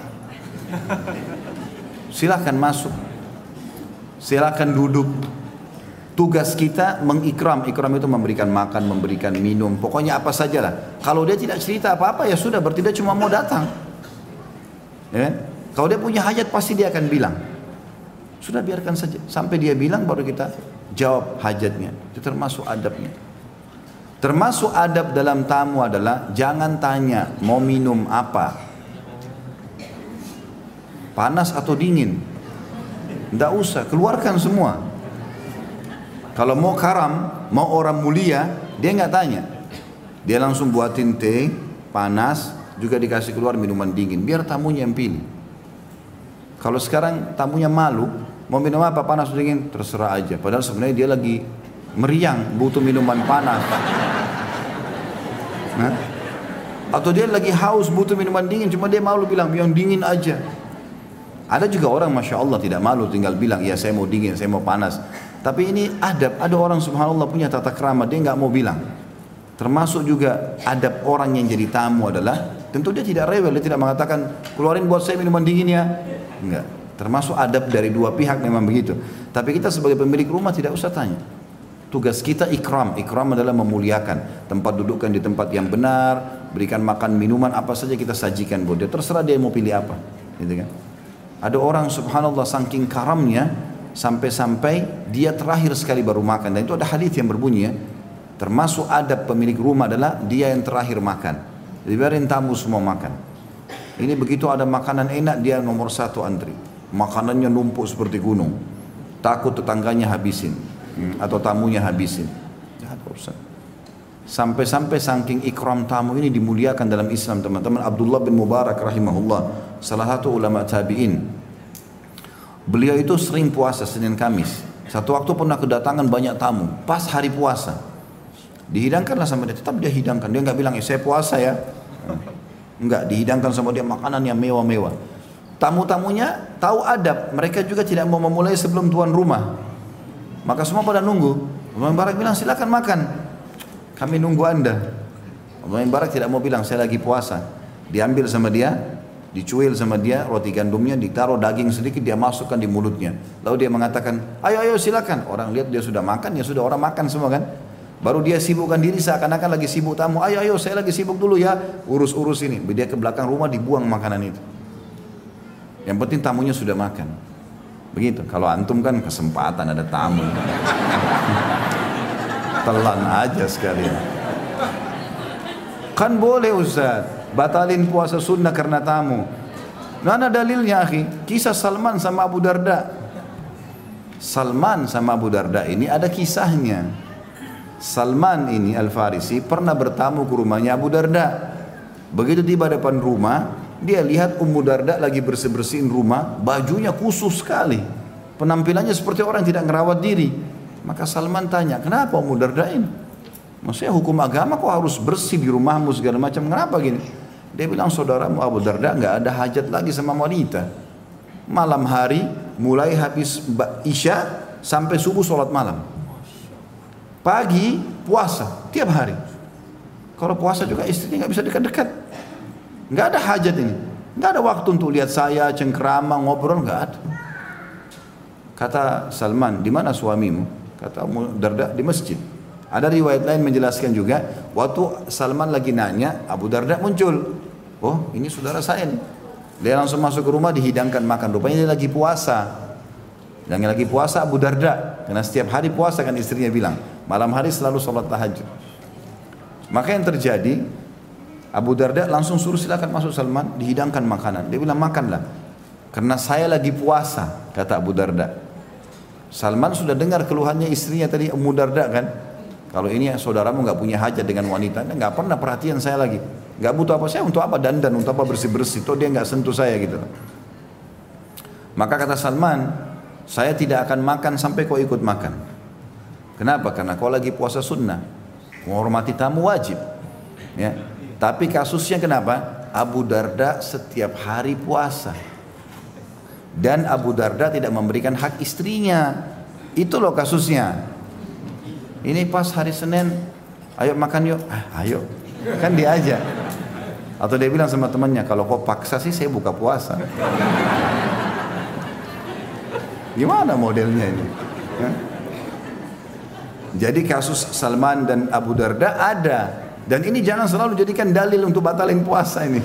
Silahkan masuk, silahkan duduk. Tugas kita mengikram. Ikram itu memberikan makan, memberikan minum, pokoknya apa sajalah. Kalau dia tidak cerita apa-apa ya sudah, berarti dia cuma mau datang, ya. Kalau dia punya hajat pasti dia akan bilang. Sudah biarkan saja sampai dia bilang baru kita jawab hajatnya. Itu termasuk adabnya. Termasuk adab dalam tamu adalah jangan tanya mau minum apa, panas atau dingin. Tidak usah, keluarkan semua. Kalau mau karam, mau orang mulia, dia nggak tanya. Dia langsung buatin teh panas, juga dikasih keluar minuman dingin. Biar tamunya yang pilih. Kalau sekarang tamunya malu, mau minum apa, panas atau dingin, terserah aja. Padahal sebenarnya dia lagi meriang, butuh minuman panas. Nah? Atau dia lagi haus, butuh minuman dingin, cuma dia malu bilang yang dingin aja. Ada juga orang masya Allah tidak malu, tinggal bilang, ya saya mau dingin, saya mau panas. Tapi ini adab. Ada orang subhanallah punya tata krama, dia nggak mau bilang. Termasuk juga adab orang yang jadi tamu adalah tentu dia tidak rewel, dia tidak mengatakan keluarin buat saya minuman dingin ya. Enggak. Termasuk adab dari dua pihak memang begitu. Tapi kita sebagai pemilik rumah tidak usah tanya. Tugas kita ikram. Ikram adalah memuliakan. Tempat dudukkan di tempat yang benar, berikan makan minuman apa saja kita sajikan buat dia. Terserah dia mau pilih apa. Gitu kan? Ada orang subhanallah saking karamnya sampai-sampai dia terakhir sekali baru makan. Dan itu ada hadis yang berbunyi ya, termasuk adab pemilik rumah adalah dia yang terakhir makan. Jadi biarin tamu semua makan. Ini begitu ada makanan enak dia nomor satu antri. Makanannya numpuk seperti gunung. Takut tetangganya habisin atau tamunya habisin. Jangan urusan. Sampai-sampai saking ikram tamu ini dimuliakan dalam Islam teman-teman. Abdullah bin Mubarak rahimahullah, salah satu ulama tabi'in. Beliau itu sering puasa Senin Kamis. Satu waktu pernah kedatangan banyak tamu pas hari puasa. Dihidangkanlah sama dia, tetap dia hidangkan. Dia nggak bilang, eh saya puasa ya. Enggak, dihidangkan sama dia makanan yang mewah-mewah. Tamu-tamunya tahu adab, mereka juga tidak mau memulai sebelum tuan rumah. Maka semua pada nunggu. Abdullah bin Mubarak bilang, silakan makan. Kami nunggu anda. Abdullah bin Mubarak tidak mau bilang, saya lagi puasa. Diambil sama dia, dicuil sama dia roti gandumnya, ditaruh daging sedikit, dia masukkan di mulutnya. Lalu dia mengatakan, ayo ayo silakan. Orang lihat dia sudah makan, ya sudah orang makan semua kan. Baru dia sibukkan diri seakan-akan lagi sibuk tamu. Ayo ayo saya lagi sibuk dulu ya, urus-urus ini. Dia ke belakang rumah dibuang makanan itu. Yang penting tamunya sudah makan. Begitu. Kalau antum kan kesempatan ada tamu. Telan aja sekalian. Kan boleh Ustaz batalin puasa sunnah karena tamu. Mana dalilnya akhi? Kisah Salman sama Abu Darda. Salman sama Abu Darda ini ada kisahnya. Salman ini Al-Farisi pernah bertamu ke rumahnya Abu Darda. Begitu tiba depan rumah, dia lihat Ummu Darda lagi bersih-bersihin rumah, bajunya khusus sekali. Penampilannya seperti orang tidak ngerawat diri. Maka Salman tanya, kenapa Ummu Darda ini? Maksudnya hukum agama kok harus bersih di rumahmu segala macam, kenapa gini? Dia bilang, saudaramu Abu Darda nggak ada hajat lagi sama wanita. Malam hari mulai habis isya sampai subuh sholat malam. Pagi puasa tiap hari. Kalau puasa juga istrinya nggak bisa dekat-dekat. Nggak ada hajat ini. Nggak ada waktu untuk lihat saya, cengkerama, ngobrol, nggak ada. Kata Salman, di mana suamimu? Kata Abu Darda, di masjid. Ada riwayat lain menjelaskan juga, waktu Salman lagi nanya, Abu Darda muncul. Oh, ini saudara saya nih. Dia langsung masuk ke rumah, dihidangkan makan. Rupanya dia lagi puasa. Dan yang lagi puasa Abu Darda, karena setiap hari puasa kan istrinya bilang, malam hari selalu sholat tahajud. Maka yang terjadi, Abu Darda langsung suruh silakan masuk Salman, dihidangkan makanan. Dia bilang makanlah, karena saya lagi puasa, kata Abu Darda. Salman sudah dengar keluhannya istrinya tadi, Abu Darda kan, kalau ini saudaramu nggak punya hajat dengan wanita, nggak pernah perhatian saya lagi, nggak butuh apa saya untuk apa dandan, untuk apa bersih bersih, toh dia nggak sentuh saya gitu. Maka kata Salman, saya tidak akan makan sampai kau ikut makan. Kenapa? Karena kau lagi puasa sunnah, menghormati tamu wajib. Ya. Tapi kasusnya kenapa? Abu Darda setiap hari puasa. Dan Abu Darda tidak memberikan hak istrinya. Itu loh kasusnya. Ini pas hari Senin, ayo makan yuk. Ah, ayo. Kan dia aja. Atau dia bilang sama temannya, kalau kau paksa sih saya buka puasa. Gimana modelnya ini? Ya? Jadi kasus Salman dan Abu Darda ada. Dan ini jangan selalu jadikan dalil untuk batalin puasa ini.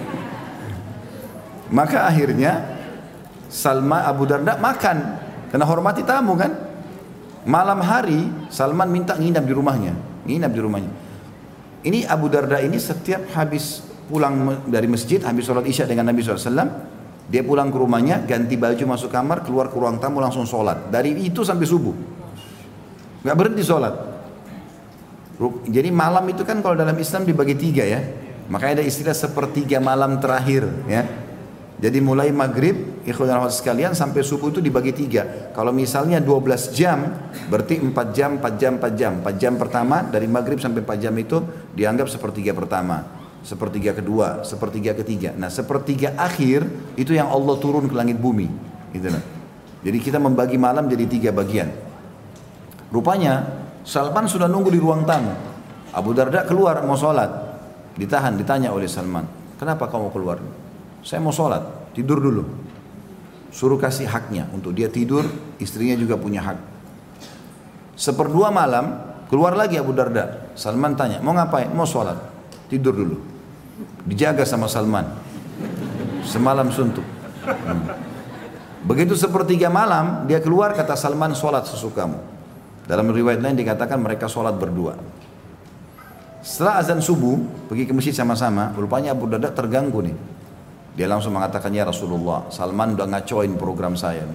Maka akhirnya Salman, Abu Darda makan, karena hormati tamu kan. Malam hari Salman minta nginap di rumahnya, nginap di rumahnya. Ini Abu Darda ini setiap habis pulang dari masjid, habis sholat isya dengan Nabi shallallahu alaihi wasallam, dia pulang ke rumahnya, ganti baju masuk kamar, keluar ke ruang tamu langsung sholat. Dari itu sampai subuh, nggak berhenti sholat. Jadi malam itu kan kalau dalam Islam dibagi tiga ya, makanya ada istilah sepertiga malam terakhir ya. Jadi mulai maghrib, ikhwan dan akhwat sekalian, sampai subuh itu dibagi tiga. Kalau misalnya dua belas jam, berarti empat jam, empat jam, empat jam. empat jam pertama dari maghrib sampai empat jam itu dianggap sepertiga pertama, sepertiga kedua, sepertiga ketiga. Nah sepertiga akhir itu yang Allah turun ke langit bumi. Gitu. Jadi kita membagi malam jadi tiga bagian. Rupanya Salman sudah nunggu di ruang tamu. Abu Darda keluar mau sholat, ditahan, ditanya oleh Salman, kenapa kamu keluar? Saya mau sholat, tidur dulu. Suruh kasih haknya untuk dia tidur, istrinya juga punya hak. Seperdua malam keluar lagi Abu Darda. Salman tanya, mau ngapain? Mau sholat, tidur dulu. Dijaga sama Salman semalam suntuk. hmm. Begitu sepertiga malam dia keluar, kata Salman, sholat sesukamu. Dalam riwayat lain dikatakan mereka sholat berdua. Setelah azan subuh pergi ke masjid sama-sama. Rupanya Abu Darda terganggu nih. Dia langsung mengatakan, ya Rasulullah, Salman udah ngacoin program saya.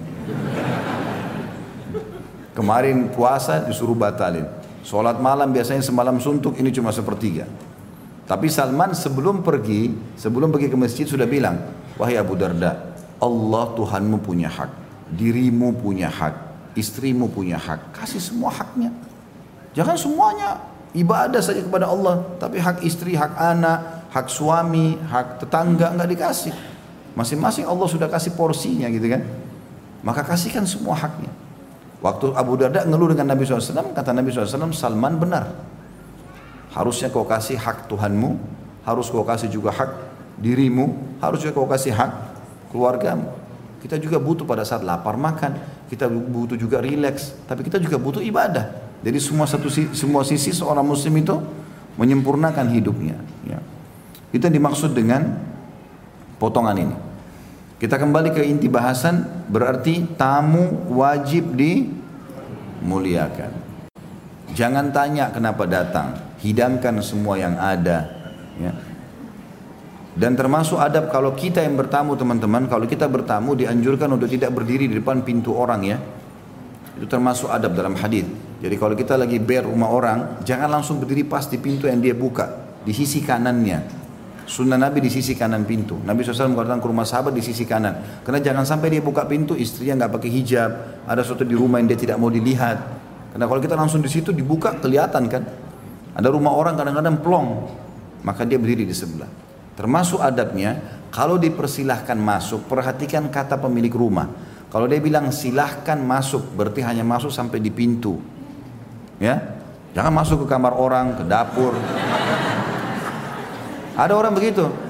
Kemarin puasa disuruh batalin, sholat malam biasanya semalam suntuk, ini cuma sepertiga. Tapi Salman sebelum pergi, sebelum pergi ke masjid sudah bilang, wahai Abu Darda, Allah Tuhanmu punya hak, dirimu punya hak, istrimu punya hak, kasih semua haknya. Jangan semuanya ibadah saja kepada Allah, tapi hak istri, hak anak, hak suami, hak tetangga nggak dikasih. Masing-masing Allah sudah kasih porsinya gitu kan. Maka kasihkan semua haknya. Waktu Abu Darda ngeluh dengan Nabi shallallahu alaihi wasallam, kata Nabi shallallahu alaihi wasallam, Salman benar. Harusnya kau kasih hak Tuhanmu, harus kau kasih juga hak dirimu, harus juga kau kasih hak keluargamu. Kita juga butuh pada saat lapar makan, kita butuh juga rileks, tapi kita juga butuh ibadah. Jadi semua satu semua sisi seorang muslim itu menyempurnakan hidupnya. Ya. Itu yang dimaksud dengan potongan ini. Kita kembali ke inti bahasan, berarti tamu wajib dimuliakan. Jangan tanya kenapa datang, hidangkan semua yang ada. Ya. Dan termasuk adab kalau kita yang bertamu teman-teman, kalau kita bertamu dianjurkan untuk tidak berdiri di depan pintu orang ya. Itu termasuk adab dalam hadis. Jadi kalau kita lagi ber rumah orang, jangan langsung berdiri pas di pintu yang dia buka, di sisi kanannya. Sunnah Nabi di sisi kanan pintu. Nabi shallallahu alaihi wasallam mengatakan ke rumah sahabat di sisi kanan. Karena jangan sampai dia buka pintu, istrinya nggak pakai hijab, ada sesuatu di rumah yang dia tidak mau dilihat. Karena kalau kita langsung di situ dibuka kelihatan kan. Ada rumah orang kadang-kadang plong, maka dia berdiri di sebelah. Termasuk adabnya, kalau dipersilahkan masuk, perhatikan kata pemilik rumah. Kalau dia bilang silahkan masuk, berarti hanya masuk sampai di pintu. Ya, jangan masuk ke kamar orang, ke dapur. Ada orang begitu.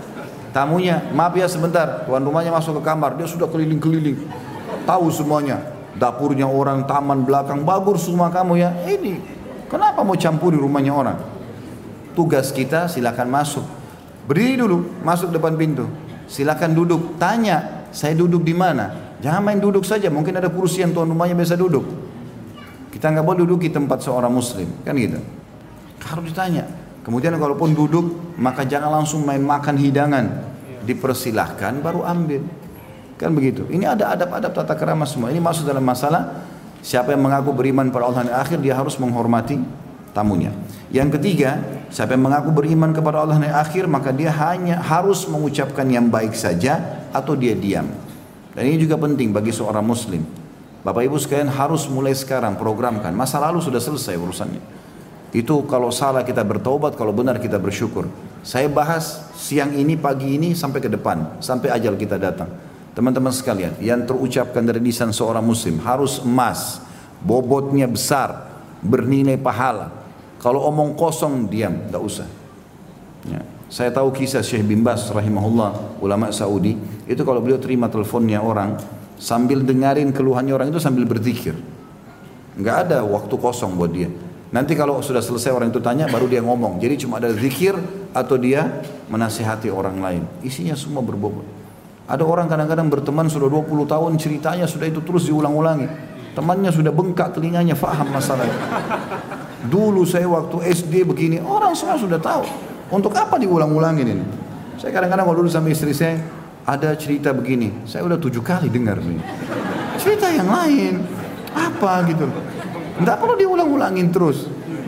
Tamunya, maaf ya sebentar, tuan rumahnya masuk ke kamar, dia sudah keliling-keliling, tahu semuanya, dapurnya orang, taman belakang, bagus rumah kamu ya. Ini, kenapa mau campuri rumahnya orang? Tugas kita silakan masuk, berdiri dulu, masuk depan pintu, silakan duduk, tanya, saya duduk di mana? Jangan main duduk saja, mungkin ada kursi yang tuan rumahnya biasa duduk. Kita nggak boleh duduk di tempat seorang muslim, kan gitu. Harus ditanya. Kemudian kalaupun duduk, maka jangan langsung main makan hidangan. Dipersilahkan baru ambil. Kan begitu. Ini ada adab-adab tata krama semua. Ini masuk dalam masalah siapa yang mengaku beriman pada Allah dan akhir, dia harus menghormati tamunya. Yang ketiga, siapa yang mengaku beriman kepada Allah dan akhir, maka dia hanya harus mengucapkan yang baik saja atau dia diam. Dan ini juga penting bagi seorang muslim. Bapak Ibu sekalian harus mulai sekarang programkan. Masa lalu sudah selesai urusannya. Itu kalau salah kita bertobat, kalau benar kita bersyukur. Saya bahas siang ini, pagi ini sampai ke depan, sampai ajal kita datang. Teman-teman sekalian, yang terucapkan dari lisan seorang muslim harus emas, bobotnya besar, bernilai pahala. Kalau omong kosong diam, tidak usah. Ya. Saya tahu kisah Syekh bin Baz rahimahullah, ulama Saudi. Itu kalau beliau terima teleponnya orang, sambil dengarin keluhannya orang itu sambil berzikir. Enggak ada waktu kosong buat dia. Nanti kalau sudah selesai orang itu tanya, baru dia ngomong. Jadi cuma ada zikir atau dia menasihati orang lain. Isinya semua berbobot. Ada orang kadang-kadang berteman sudah dua puluh tahun, ceritanya sudah itu terus diulang-ulangi. Temannya sudah bengkak telinganya, faham masalahnya. Dulu saya waktu S D begini, orang semua sudah tahu. Untuk apa diulang-ulangin ini? Saya kadang-kadang kalau dulu sama istri saya, ada cerita begini, saya udah tujuh kali dengar ini. Cerita yang lain, apa gitu. Tidak perlu diulang-ulangin terus.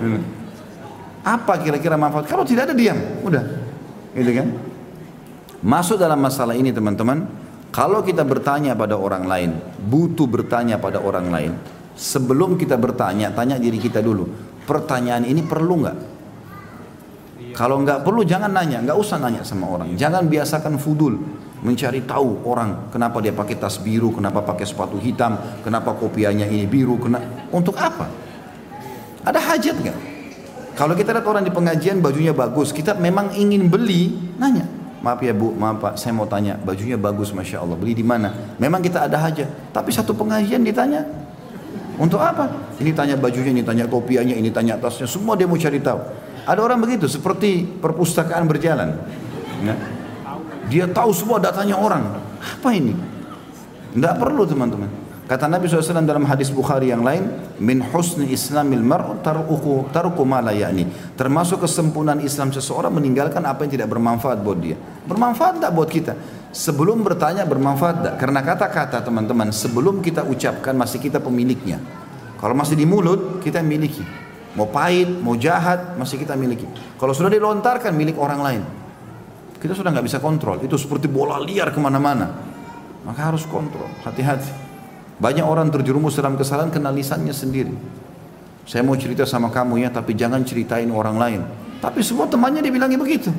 Apa kira-kira manfaat? Kalau tidak ada diam, udah. Gitu kan? Masuk dalam masalah ini teman-teman, kalau kita bertanya pada orang lain, butuh bertanya pada orang lain, sebelum kita bertanya, tanya diri kita dulu, pertanyaan ini perlu nggak? Kalau nggak perlu jangan nanya, nggak usah nanya sama orang. Jangan biasakan fudul, mencari tahu orang kenapa dia pakai tas biru, kenapa pakai sepatu hitam, kenapa kopiahnya ini biru, kena untuk apa? Ada hajat nggak? Kalau kita lihat orang di pengajian bajunya bagus, kita memang ingin beli, nanya, maaf ya bu, maaf pak, saya mau tanya, bajunya bagus, masya Allah, beli di mana? Memang kita ada hajat, tapi satu pengajian ditanya, untuk apa? Ini tanya bajunya, ini tanya kopiahnya, ini tanya tasnya, semua dia mau cari tahu. Ada orang begitu, seperti perpustakaan berjalan. Ya. Dia tahu semua datanya orang. Apa ini? Tidak perlu teman-teman. Kata Nabi shallallahu alaihi wasallam dalam hadis Bukhari yang lain, min husni islamil mar'u taruku taruku ma la ya'ni. Termasuk kesempurnaan Islam seseorang meninggalkan apa yang tidak bermanfaat buat dia. Bermanfaat tidak buat kita? Sebelum bertanya bermanfaat tidak? Karena kata-kata teman-teman sebelum kita ucapkan masih kita pemiliknya. Kalau masih di mulut kita miliki. Mau pahit, mau jahat, masih kita miliki. Kalau sudah dilontarkan milik orang lain, kita sudah nggak bisa kontrol. Itu seperti bola liar kemana-mana. Maka harus kontrol, hati-hati. Banyak orang terjerumus dalam kesalahan kena lisannya sendiri. Saya mau cerita sama kamu ya, tapi jangan ceritain orang lain. Tapi semua temannya dibilangnya begitu.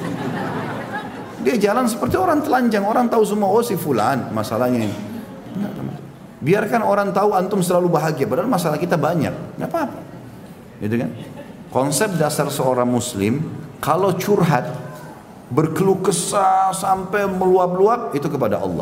Dia jalan seperti orang telanjang, orang tahu semua, oh si fulan masalahnya ini. Biarkan orang tahu antum selalu bahagia, padahal masalah kita banyak, nggak apa-apa. Gitu kan? Konsep dasar seorang muslim, kalau curhat, berkeluh kesah sampai meluap-luap, itu kepada Allah.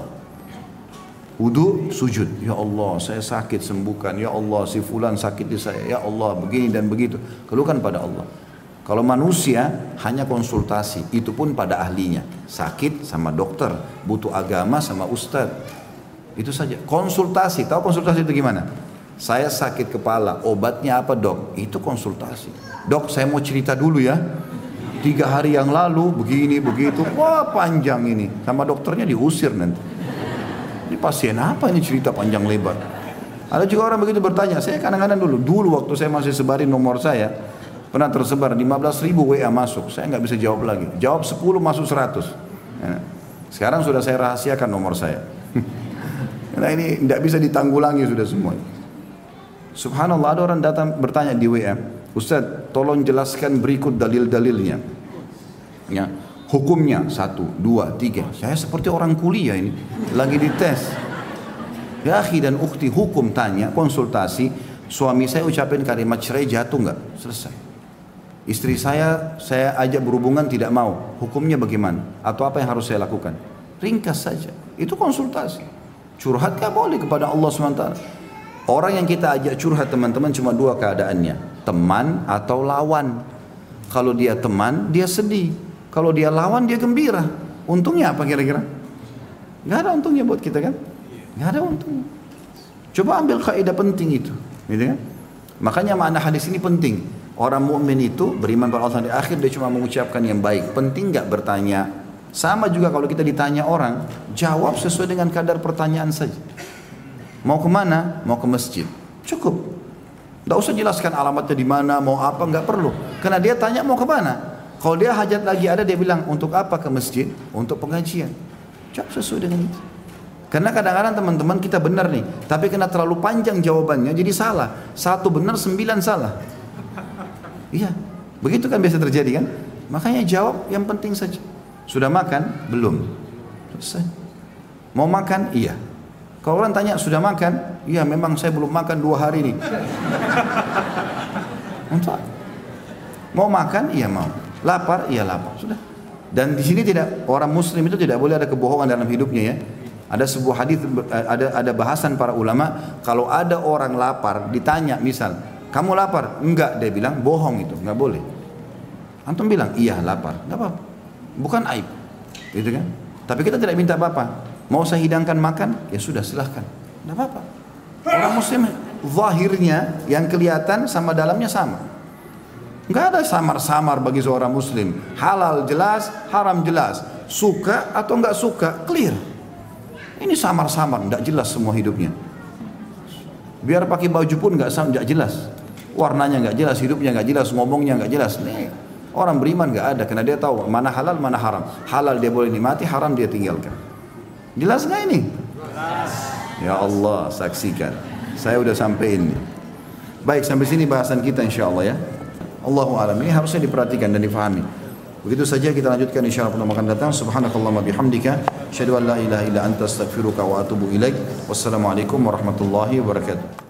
Wudu, sujud, ya Allah saya sakit sembuhkan, ya Allah si fulan sakit di saya, ya Allah begini dan begitu, keluhkan pada Allah. Kalau manusia hanya konsultasi, itu pun pada ahlinya. Sakit sama dokter, butuh agama sama ustadz, itu saja. Konsultasi, tahu konsultasi itu gimana? Saya sakit kepala, obatnya apa dok? Itu konsultasi. Dok saya mau cerita dulu ya, tiga hari yang lalu begini begitu, wah panjang ini, sama dokternya diusir nanti. Ini pasien apa ini cerita panjang lebar? Ada juga orang begitu bertanya, saya kadang-kadang dulu, dulu waktu saya masih sebarin nomor saya, pernah tersebar lima belas ribu W A masuk, saya nggak bisa jawab lagi, jawab sepuluh masuk seratus. Sekarang sudah saya rahasiakan nomor saya. Karena ini tidak bisa ditanggulangi sudah semua. Subhanallah, ada orang datang bertanya di W A, Ustaz tolong jelaskan berikut dalil-dalilnya ya, hukumnya satu, dua, tiga. Saya seperti orang kuliah ini lagi dites. Ya akhi dan ukhti, hukum tanya, konsultasi, suami saya ucapin kalimat cerai jatuh nggak? Selesai. Istri saya, saya ajak berhubungan tidak mau. Hukumnya bagaimana? Atau apa yang harus saya lakukan? Ringkas saja. Itu konsultasi. Curhat gak boleh kepada Allah subhanahu wa taala. Orang yang kita ajak curhat teman-teman cuma dua keadaannya. Teman atau lawan. Kalau dia teman, dia sedih. Kalau dia lawan, dia gembira. Untungnya apa kira-kira? Gak ada untungnya buat kita kan? Gak ada untungnya. Coba ambil kaidah penting itu. Gitu kan? Makanya makna hadis ini penting. Orang mukmin itu beriman pada Allah di akhir, dia cuma mengucapkan yang baik. Penting gak bertanya? Sama juga kalau kita ditanya orang, jawab sesuai dengan kadar pertanyaan saja. Mau kemana? Mau ke masjid. Cukup. Tidak usah jelaskan alamatnya di mana, mau apa, nggak perlu. Karena dia tanya mau kemana. Kalau dia hajat lagi ada, dia bilang untuk apa ke masjid? Untuk pengajian. Jawab sesuai dengan itu. Karena kadang-kadang teman-teman kita benar nih, tapi kena terlalu panjang jawabannya, jadi salah. Satu benar, sembilan salah. Iya, begitu kan biasa terjadi kan? Makanya jawab yang penting saja. Sudah makan? Belum. Selesai. Mau makan? Iya. Kalau orang tanya sudah makan? Iya, memang saya belum makan dua hari nih. Untuk mau makan? Iya mau. Lapar? Iya lapar. Sudah. Dan di sini tidak, orang Muslim itu tidak boleh ada kebohongan dalam hidupnya ya. Ada sebuah hadis, ada ada bahasan para ulama. Kalau ada orang lapar, ditanya misal, kamu lapar? Enggak, dia bilang bohong itu, nggak boleh. Antum bilang iya lapar, nggak apa-apa. Bukan aib, gitu kan? Tapi kita tidak minta apa-apa. Mau saya hidangkan makan? Ya sudah silahkan, tidak apa-apa. Orang Muslim zahirnya yang kelihatan sama dalamnya sama. Nggak ada samar-samar bagi seorang Muslim. Halal jelas, haram jelas. Suka atau nggak suka, clear. Ini samar-samar, nggak jelas semua hidupnya. Biar pakai baju pun nggak sama, nggak jelas. Warnanya nggak jelas, hidupnya nggak jelas, ngomongnya nggak jelas. Nih. Orang beriman gak ada, karena dia tahu mana halal, mana haram. Halal dia boleh nikmati, haram dia tinggalkan. Jelas gak ini? Jelas. Ya Allah, saksikan. Saya udah sampai ini. Baik, sampai sini bahasan kita insya Allah ya. Allahu a'lam. Ini harusnya diperhatikan dan difahami. Begitu saja kita lanjutkan insya Allah pada makan datang. Subhanakallahumma bihamdika. Asyhadu an la ilaha illa anta astaghfiruka wa atubu ilaik. Wassalamualaikum warahmatullahi wabarakatuh.